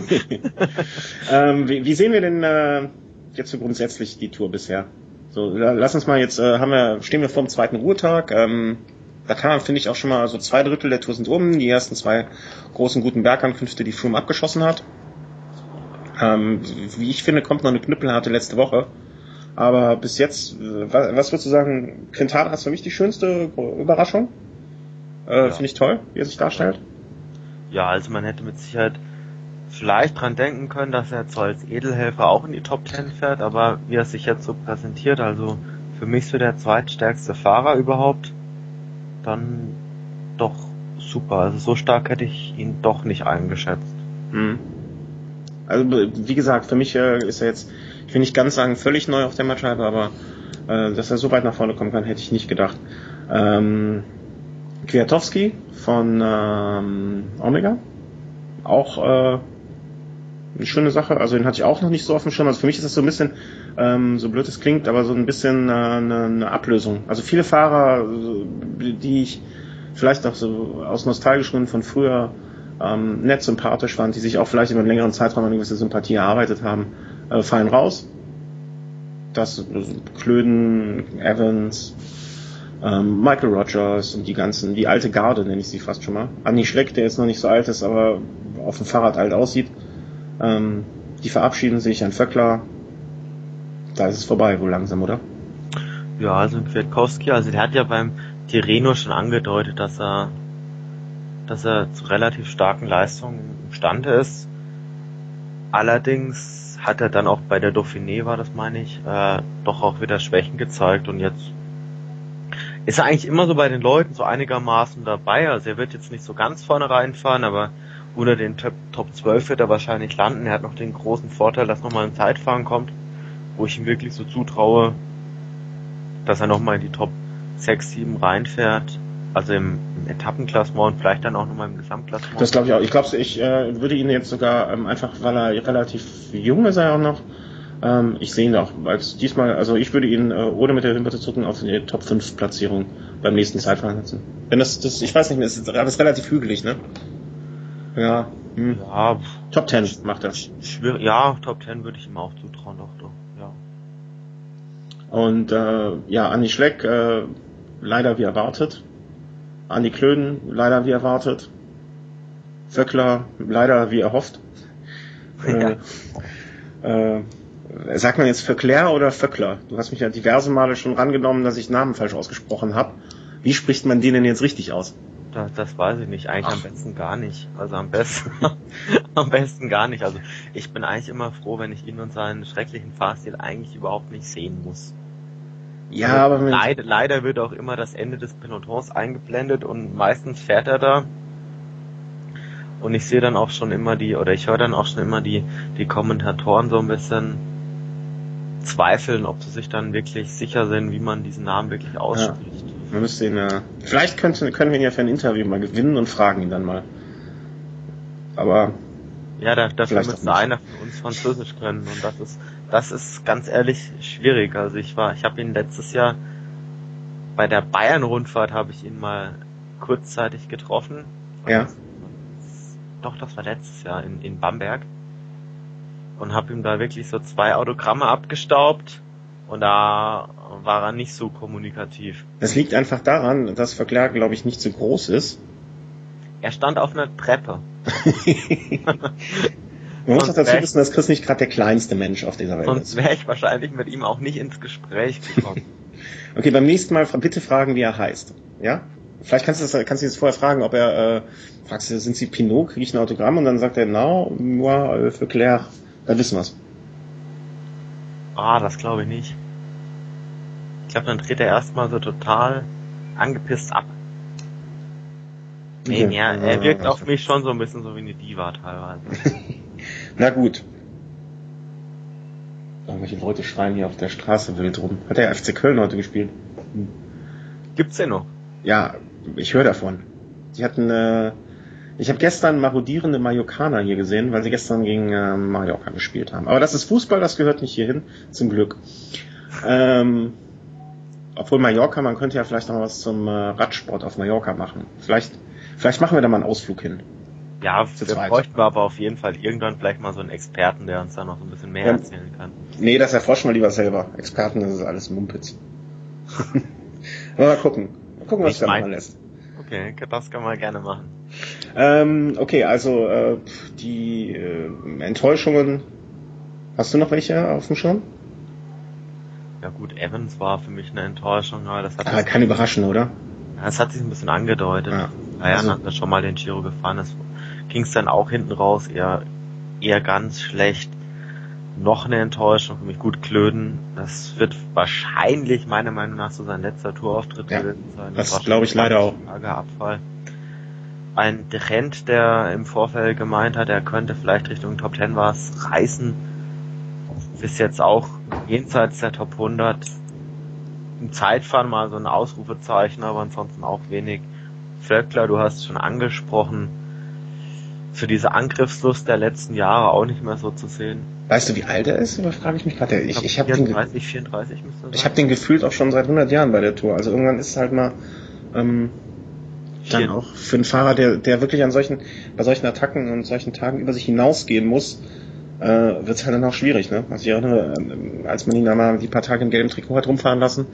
ähm, wie, wie sehen wir denn äh, jetzt so grundsätzlich die Tour bisher? So, lass uns mal jetzt, äh, haben wir, stehen wir vor dem zweiten Ruhetag. Ähm, da kann man, finde ich, auch schon mal so zwei Drittel der Tour sind um. Die ersten zwei großen guten Bergankünfte, die Froome abgeschossen hat. Ähm, wie ich finde, kommt noch eine knüppelharte letzte Woche. Aber bis jetzt, äh, was, was würdest du sagen, Quintana ist für mich die schönste Überraschung. Äh, Ja. Finde ich toll, wie er sich darstellt. Ja, also man hätte mit Sicherheit vielleicht dran denken können, dass er jetzt so als Edelhelfer auch in die Top Ten fährt, aber wie er sich jetzt so präsentiert, also für mich so der zweitstärkste Fahrer überhaupt. dann doch super. Also so stark hätte ich ihn doch nicht eingeschätzt. Mhm. Also wie gesagt, für mich äh, ist er jetzt, ich will nicht ganz sagen völlig neu auf der Matchscheibe, aber äh, dass er so weit nach vorne kommen kann, hätte ich nicht gedacht. Ähm, Kwiatkowski von ähm, Omega, auch äh, eine schöne Sache, also den hatte ich auch noch nicht so auf dem Schirm. Also für mich ist das so ein bisschen, ähm, so blöd es klingt, aber so ein bisschen äh, eine, eine Ablösung. Also viele Fahrer, die ich vielleicht auch so aus nostalgischen Gründen von früher ähm, nett sympathisch fand, die sich auch vielleicht über einen längeren Zeitraum eine gewisse Sympathie erarbeitet haben, äh, fallen raus. Das äh, Klöden, Evans, ähm, Michael Rogers und die ganzen, die alte Garde nenne ich sie fast schon mal. Andi Schleck, der jetzt noch nicht so alt ist, aber auf dem Fahrrad alt aussieht. Ähm, die verabschieden sich, ein Vöckler. Da ist es vorbei, wohl langsam, oder? Ja, also Kwiatkowski, also der hat ja beim Tirreno schon angedeutet, dass er dass er zu relativ starken Leistungen imstande ist. Allerdings hat er dann auch bei der Dauphiné, war das meine ich, äh, doch auch wieder Schwächen gezeigt und jetzt ist er eigentlich immer so bei den Leuten so einigermaßen dabei. Also er wird jetzt nicht so ganz vorne reinfahren, aber unter den Top, Top zwölf wird er wahrscheinlich landen. Er hat noch den großen Vorteil, dass nochmal ein Zeitfahren kommt, wo ich ihm wirklich so zutraue, dass er nochmal in die Top sechs, sieben reinfährt. Also im, im Etappenklassement und vielleicht dann auch nochmal im Gesamtklassement. Das glaube ich auch. Ich glaube, ich äh, würde ihn jetzt sogar ähm, einfach, weil er relativ jung ist, er auch noch. Ähm, ich sehe ihn auch als diesmal, also ich würde ihn äh, ohne mit der Wimper zu zucken auf die Top fünf Platzierung beim nächsten Zeitfahren setzen. Wenn das, das, ich weiß nicht mehr, es ist, das ist relativ hügelig, ne? Ja. Hm. Ja. Top zehn macht er. Schwierig, ja, Top zehn würde ich ihm auch zutrauen, doch, doch, ja. Und äh, ja, Andi Schleck, äh, leider wie erwartet. Andi Klöden, leider wie erwartet. Vöckler, leider wie erhofft. Ja. Äh, äh, sagt man jetzt Vöckler oder Vöckler? Du hast mich ja diverse Male schon rangenommen, dass ich Namen falsch ausgesprochen habe. Wie spricht man den denn jetzt richtig aus? Das, das weiß ich nicht. Eigentlich Ach. am besten gar nicht. Also am besten, am besten gar nicht. Also ich bin eigentlich immer froh, wenn ich ihn und seinen schrecklichen Fahrstil eigentlich überhaupt nicht sehen muss. Ja, also aber leider, leider wird auch immer das Ende des Pelotons eingeblendet und meistens fährt er da. Und ich sehe dann auch schon immer die, oder ich höre dann auch schon immer die, die Kommentatoren so ein bisschen zweifeln, ob sie sich dann wirklich sicher sind, wie man diesen Namen wirklich ausspricht. Ja, man müsste ihn, äh, vielleicht könnte, können wir ihn ja für ein Interview mal gewinnen und fragen ihn dann mal. Aber ja, da, dafür müsste einer von uns Französisch können und das ist, das ist ganz ehrlich schwierig. Also ich war, ich habe ihn letztes Jahr bei der Bayern-Rundfahrt habe ich ihn mal kurzzeitig getroffen. Ja. Doch, das war letztes Jahr in, in Bamberg. Und habe ihm da wirklich so zwei Autogramme abgestaubt und da war er nicht so kommunikativ. Das liegt einfach daran, dass Vöckler, glaube ich, nicht so groß ist. Er stand auf einer Treppe. Man muss auch dazu wissen, dass Chris nicht gerade der kleinste Mensch auf dieser Welt sonst ist. Sonst wäre ich wahrscheinlich mit ihm auch nicht ins Gespräch gekommen. Okay, beim nächsten Mal bitte fragen, wie er heißt. Ja? Vielleicht kannst du das, kannst du jetzt vorher fragen, ob er, äh, fragst du, sind Sie Pinot, kriege ich ein Autogramm? Und dann sagt er, no, moi, Vöckler. Dann wissen wir's. Ah, das glaube ich nicht. Ich glaube, dann dreht er erstmal so total angepisst ab. Nee, okay. ja, er wirkt auf mich schon so ein bisschen so wie eine Diva teilweise. Na gut. Irgendwelche Leute schreien hier auf der Straße wild rum. Hat der F C Köln heute gespielt? Hm. Gibt's den noch? Ja, ich höre davon. Die hatten, äh, ich habe gestern marodierende Mallorcaner hier gesehen, weil sie gestern gegen äh, Mallorca gespielt haben. Aber das ist Fußball, das gehört nicht hierhin, zum Glück. Ähm, obwohl Mallorca, man könnte ja vielleicht noch was zum äh, Radsport auf Mallorca machen. Vielleicht, vielleicht machen wir da mal einen Ausflug hin. Ja, wir bräuchten wir aber auf jeden Fall irgendwann vielleicht mal so einen Experten, der uns da noch so ein bisschen mehr ja. erzählen kann. Nee, das erforschen wir lieber selber. Experten, das ist alles Mumpitz. Mal gucken. Mal gucken, was sich da machen lässt. Okay, das kann man gerne machen. Ähm, okay, also äh, die äh, Enttäuschungen. Hast du noch welche auf dem Schirm? Ja gut, Evans war für mich eine Enttäuschung, aber das hat aber kann überraschen, oder? Ja, das hat sich ein bisschen angedeutet. Ja. Naja, also, hat er schon mal den Giro gefahren ist, ging es dann auch hinten raus eher eher ganz schlecht. noch eine Enttäuschung für mich. Gut, Klöden, das wird wahrscheinlich meiner Meinung nach so sein letzter Tourauftritt Ja, gewesen sein. das glaube ich leider auch. Abfall. Ein Trend, der im Vorfeld gemeint hat, er könnte vielleicht Richtung Top Ten was reißen, bis jetzt auch jenseits der Top hundert. Im Zeitfahren mal so ein Ausrufezeichen, aber ansonsten auch wenig. Völkler, du hast es schon angesprochen, für diese Angriffslust der letzten Jahre auch nicht mehr so zu sehen. Weißt du, wie alt er ist? Aber frage ich mich gerade. Ich, ich habe den, vierunddreißig müsste ich habe den gefühlt auch schon seit hundert Jahren bei der Tour. Also irgendwann ist es halt mal ähm, dann auch für einen Fahrer, der, der wirklich an solchen, bei solchen Attacken und solchen Tagen über sich hinausgehen muss, äh, wird es halt dann auch schwierig. Ne? Also ich erinnere, äh, als man ihn einmal die paar Tage im gelben Trikot hat rumfahren lassen,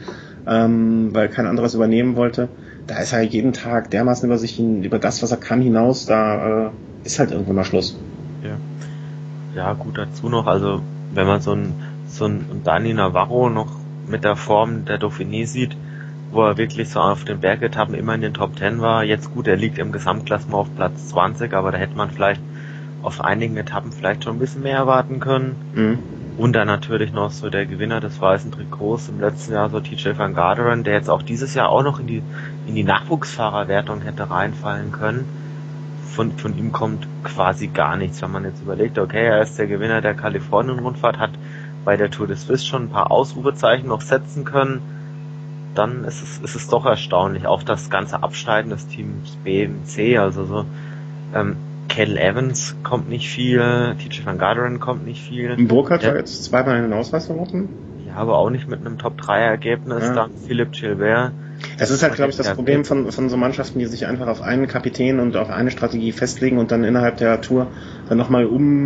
ähm, weil kein anderes übernehmen wollte, da ist er jeden Tag dermaßen über sich hin, über das, was er kann, hinaus, da äh, ist halt irgendwann mal Schluss. Ja. Ja, gut dazu noch, also wenn man so ein so ein Dani Navarro noch mit der Form der Dauphiné sieht, wo er wirklich so auf den Bergetappen immer in den Top Ten war, jetzt gut, er liegt im Gesamtklassement auf Platz zwanzig, aber da hätte man vielleicht auf einigen Etappen vielleicht schon ein bisschen mehr erwarten können. Mhm. Und dann natürlich noch so der Gewinner des weißen Trikots im letzten Jahr, so T J Van Garderen, der jetzt auch dieses Jahr auch noch in die in die Nachwuchsfahrerwertung hätte reinfallen können. Von, von ihm kommt quasi gar nichts, wenn man jetzt überlegt, okay, er ist der Gewinner der Kalifornien-Rundfahrt, hat bei der Tour de Suisse schon ein paar Ausrufezeichen noch setzen können, dann ist es, ist es doch erstaunlich. Auch das ganze Abschneiden des Teams B und C, also so, ähm, Cadel Evans kommt nicht viel, T J Van Garderen kommt nicht viel. Burkhardt war jetzt zweimal in den Ausweis verworfen? Ja, aber auch nicht mit einem Top drei Ergebnis, ja. Dann Philippe Gilbert. Das ist halt, glaube ich, das Problem von, von so Mannschaften, die sich einfach auf einen Kapitän und auf eine Strategie festlegen und dann innerhalb der Tour dann nochmal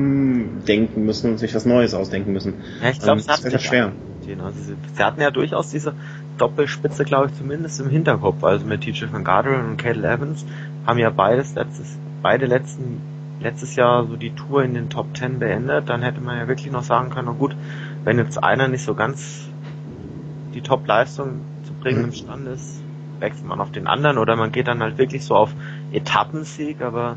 umdenken müssen und sich was Neues ausdenken müssen. Ja, ich glaube, ähm, das ist ja schwer. Also sie, sie hatten ja durchaus diese Doppelspitze, glaube ich, zumindest im Hinterkopf. Also mit T J Van Garderen und Cadel Evans haben ja beides letztes, beide letzten, letztes Jahr so die Tour in den Top Ten beendet. Dann hätte man ja wirklich noch sagen können, na gut, wenn jetzt einer nicht so ganz die Top-Leistung zu bringen mhm. imstande ist, wechselt man auf den anderen oder man geht dann halt wirklich so auf Etappensieg, aber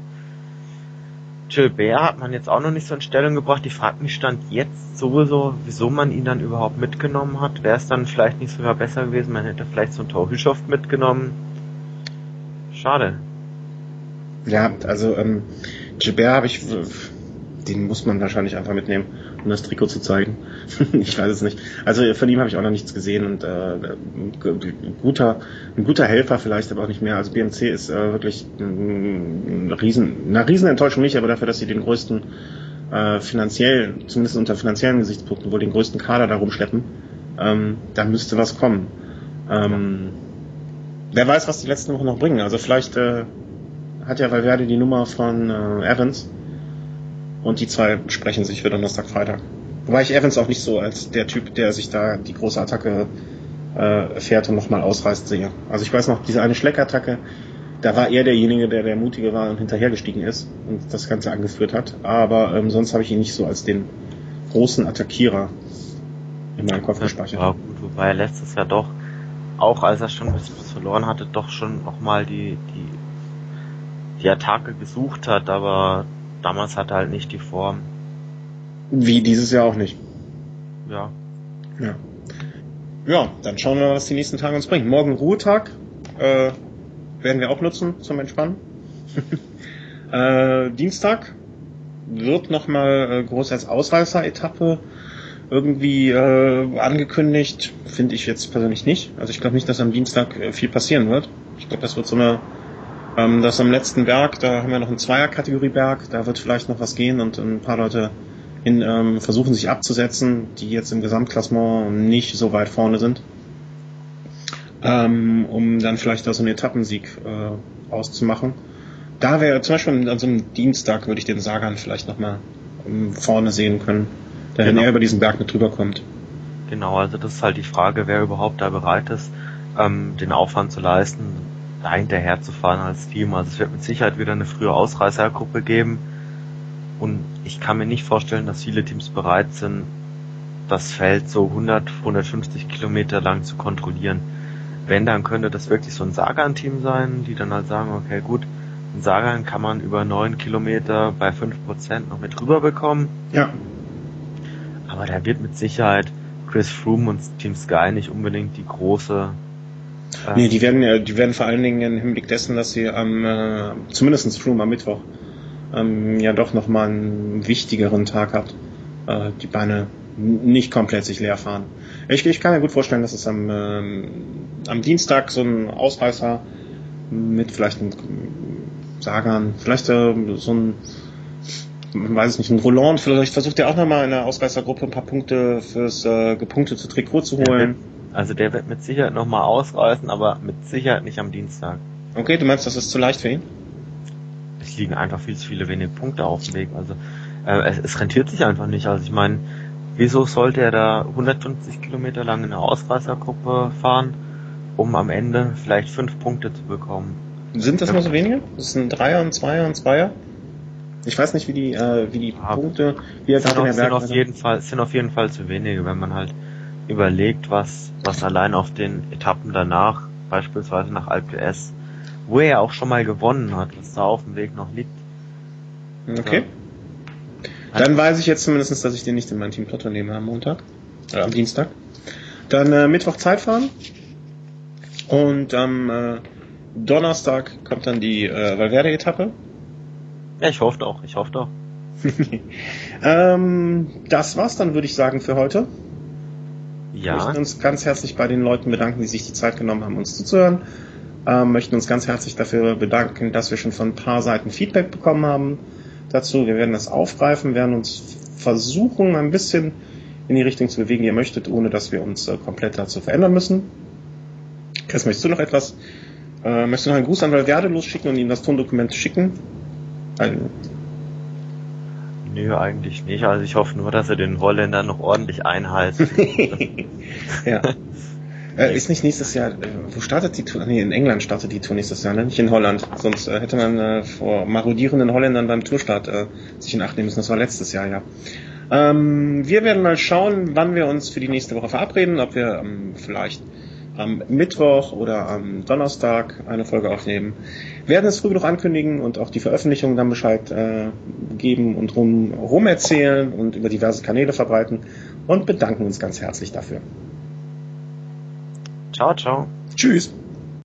Gilbert hat man jetzt auch noch nicht so in Stellung gebracht. Ich frage mich stand jetzt sowieso, wieso man ihn dann überhaupt mitgenommen hat. Wäre es dann vielleicht nicht sogar besser gewesen, man hätte vielleicht so einen Thor Hushovd mitgenommen. Schade. Ja, also ähm, Gilbert habe ich, den muss man wahrscheinlich einfach mitnehmen, um das Trikot zu zeigen. Ich weiß es nicht. Also von ihm habe ich auch noch nichts gesehen und äh, ein guter, ein guter Helfer vielleicht, aber auch nicht mehr. Also B M C ist äh, wirklich ein, ein riesen, eine riesen Enttäuschung nicht, aber dafür, dass sie den größten äh, finanziell, zumindest unter finanziellen Gesichtspunkten, wohl den größten Kader da rumschleppen, ähm, da müsste was kommen. Ähm, wer weiß, was die letzten Wochen noch bringen. Also vielleicht äh, hat ja Valverde die Nummer von äh, Evans. Und die zwei sprechen sich für Donnerstag, Freitag. Wobei ich Evans auch nicht so als der Typ, der sich da die große Attacke äh, fährt und nochmal ausreißt, sehe. Also ich weiß noch, diese eine Schleckattacke, da war er derjenige, der der Mutige war und hinterhergestiegen ist und das Ganze angeführt hat. Aber ähm, sonst habe ich ihn nicht so als den großen Attackierer in meinem Kopf gespeichert. Ja, gut, wobei er letztes Jahr doch, auch als er schon ein bisschen was verloren hatte, doch schon nochmal die, die, die Attacke gesucht hat, aber damals hatte er halt nicht die Form. Wie dieses Jahr auch nicht. Ja. Ja. Ja, dann schauen wir mal, was die nächsten Tage uns bringen. Morgen Ruhetag äh, werden wir auch nutzen zum Entspannen. äh, Dienstag wird nochmal äh, groß als Ausreißer-Etappe irgendwie äh, angekündigt. Finde ich jetzt persönlich nicht. Also ich glaube nicht, dass am Dienstag äh, viel passieren wird. Ich glaube, das wird so eine Ähm, das am letzten Berg, da haben wir noch einen Zweier-Kategorie-Berg, da wird vielleicht noch was gehen und ein paar Leute in, ähm, versuchen sich abzusetzen, die jetzt im Gesamtklassement nicht so weit vorne sind, ähm, um dann vielleicht auch so einen Etappensieg äh, auszumachen. Da wäre zum Beispiel an so einem Dienstag würde ich den Sagan vielleicht nochmal ähm, vorne sehen können, der genau. Wenn er über diesen Berg mit drüber kommt. Genau, also das ist halt die Frage, wer überhaupt da bereit ist, ähm, den Aufwand zu leisten, da hinterher zu fahren als Team. Also es wird mit Sicherheit wieder eine frühe Ausreißergruppe geben und ich kann mir nicht vorstellen, dass viele Teams bereit sind, das Feld so hundert, hundertfünfzig Kilometer lang zu kontrollieren. Wenn, dann könnte das wirklich so ein Sagan-Team sein, die dann halt sagen, okay gut, ein Sagan kann man über neun Kilometer bei fünf Prozent noch mit rüber bekommen. Ja. Aber da wird mit Sicherheit Chris Froome und Team Sky nicht unbedingt die große... Äh nee, die werden ja, die werden vor allen Dingen im Hinblick dessen, dass sie am, äh, zumindest Froome am Mittwoch, ähm, ja doch nochmal einen wichtigeren Tag hat, äh, die Beine nicht komplett sich leer fahren. Ich, ich kann mir gut vorstellen, dass es am, ähm, am Dienstag so ein Ausreißer mit vielleicht einem Sagan, vielleicht äh, so ein, man weiß es nicht, ein Roland, vielleicht versucht er auch nochmal in der Ausreißergruppe ein paar Punkte fürs äh, gepunktete Trikot zu holen. Also der wird mit Sicherheit nochmal ausreißen, aber mit Sicherheit nicht am Dienstag. Okay, du meinst, das ist zu leicht für ihn? Es liegen einfach viel zu viele wenige Punkte auf dem Weg. Also äh, es, es rentiert sich einfach nicht. Also ich meine, wieso sollte er da hundertfünfzig Kilometer lang in eine Ausreißergruppe fahren, um am Ende vielleicht fünf Punkte zu bekommen? Sind das ja. nur so wenige? Das ist ein Dreier, ein Zweier, ein Zweier? Ich weiß nicht, wie die äh, wie die ja, Punkte, wie er gerade in der sind auf jeden Fall sind auf jeden Fall zu wenige, wenn man halt überlegt, was was allein auf den Etappen danach, beispielsweise nach Alpe d'Huez, wo er ja auch schon mal gewonnen hat, was da auf dem Weg noch liegt. Okay. Da, Dann weiß ich jetzt zumindest, dass ich den nicht in mein Team Lotto nehme am Montag, äh, am Dienstag. Dann äh, Mittwoch Zeitfahren und am äh, Donnerstag kommt dann die äh, Valverde-Etappe. Ja, ich hoffe doch, ich hoffe doch. ähm, das war's dann, würde ich sagen, für heute. Ja. Wir möchten uns ganz herzlich bei den Leuten bedanken, die sich die Zeit genommen haben, uns zuzuhören. Ähm, möchten uns ganz herzlich dafür bedanken, dass wir schon von ein paar Seiten Feedback bekommen haben dazu. Wir werden das aufgreifen, werden uns versuchen, ein bisschen in die Richtung zu bewegen, die ihr möchtet, ohne dass wir uns äh, komplett dazu verändern müssen. Chris, möchtest du noch etwas? Äh, möchtest du noch einen Gruß an Valverde losschicken und ihm das Tondokument schicken? Ein Nö, eigentlich nicht. Also ich hoffe nur, dass er den Holländer noch ordentlich einhalten. Ja. Äh, ist nicht nächstes Jahr, äh, wo startet die Tour? Nee, in England startet die Tour nächstes Jahr, ne? Nicht in Holland. Sonst äh, hätte man äh, vor marodierenden Holländern beim Tourstart äh, sich in Acht nehmen müssen. Das war letztes Jahr, ja. Ähm, wir werden mal schauen, wann wir uns für die nächste Woche verabreden, ob wir ähm, vielleicht am Mittwoch oder am Donnerstag eine Folge aufnehmen. Wir werden es früh genug ankündigen und auch die Veröffentlichung dann Bescheid äh, geben und rum, rum erzählen und über diverse Kanäle verbreiten und bedanken uns ganz herzlich dafür. Ciao, ciao. Tschüss.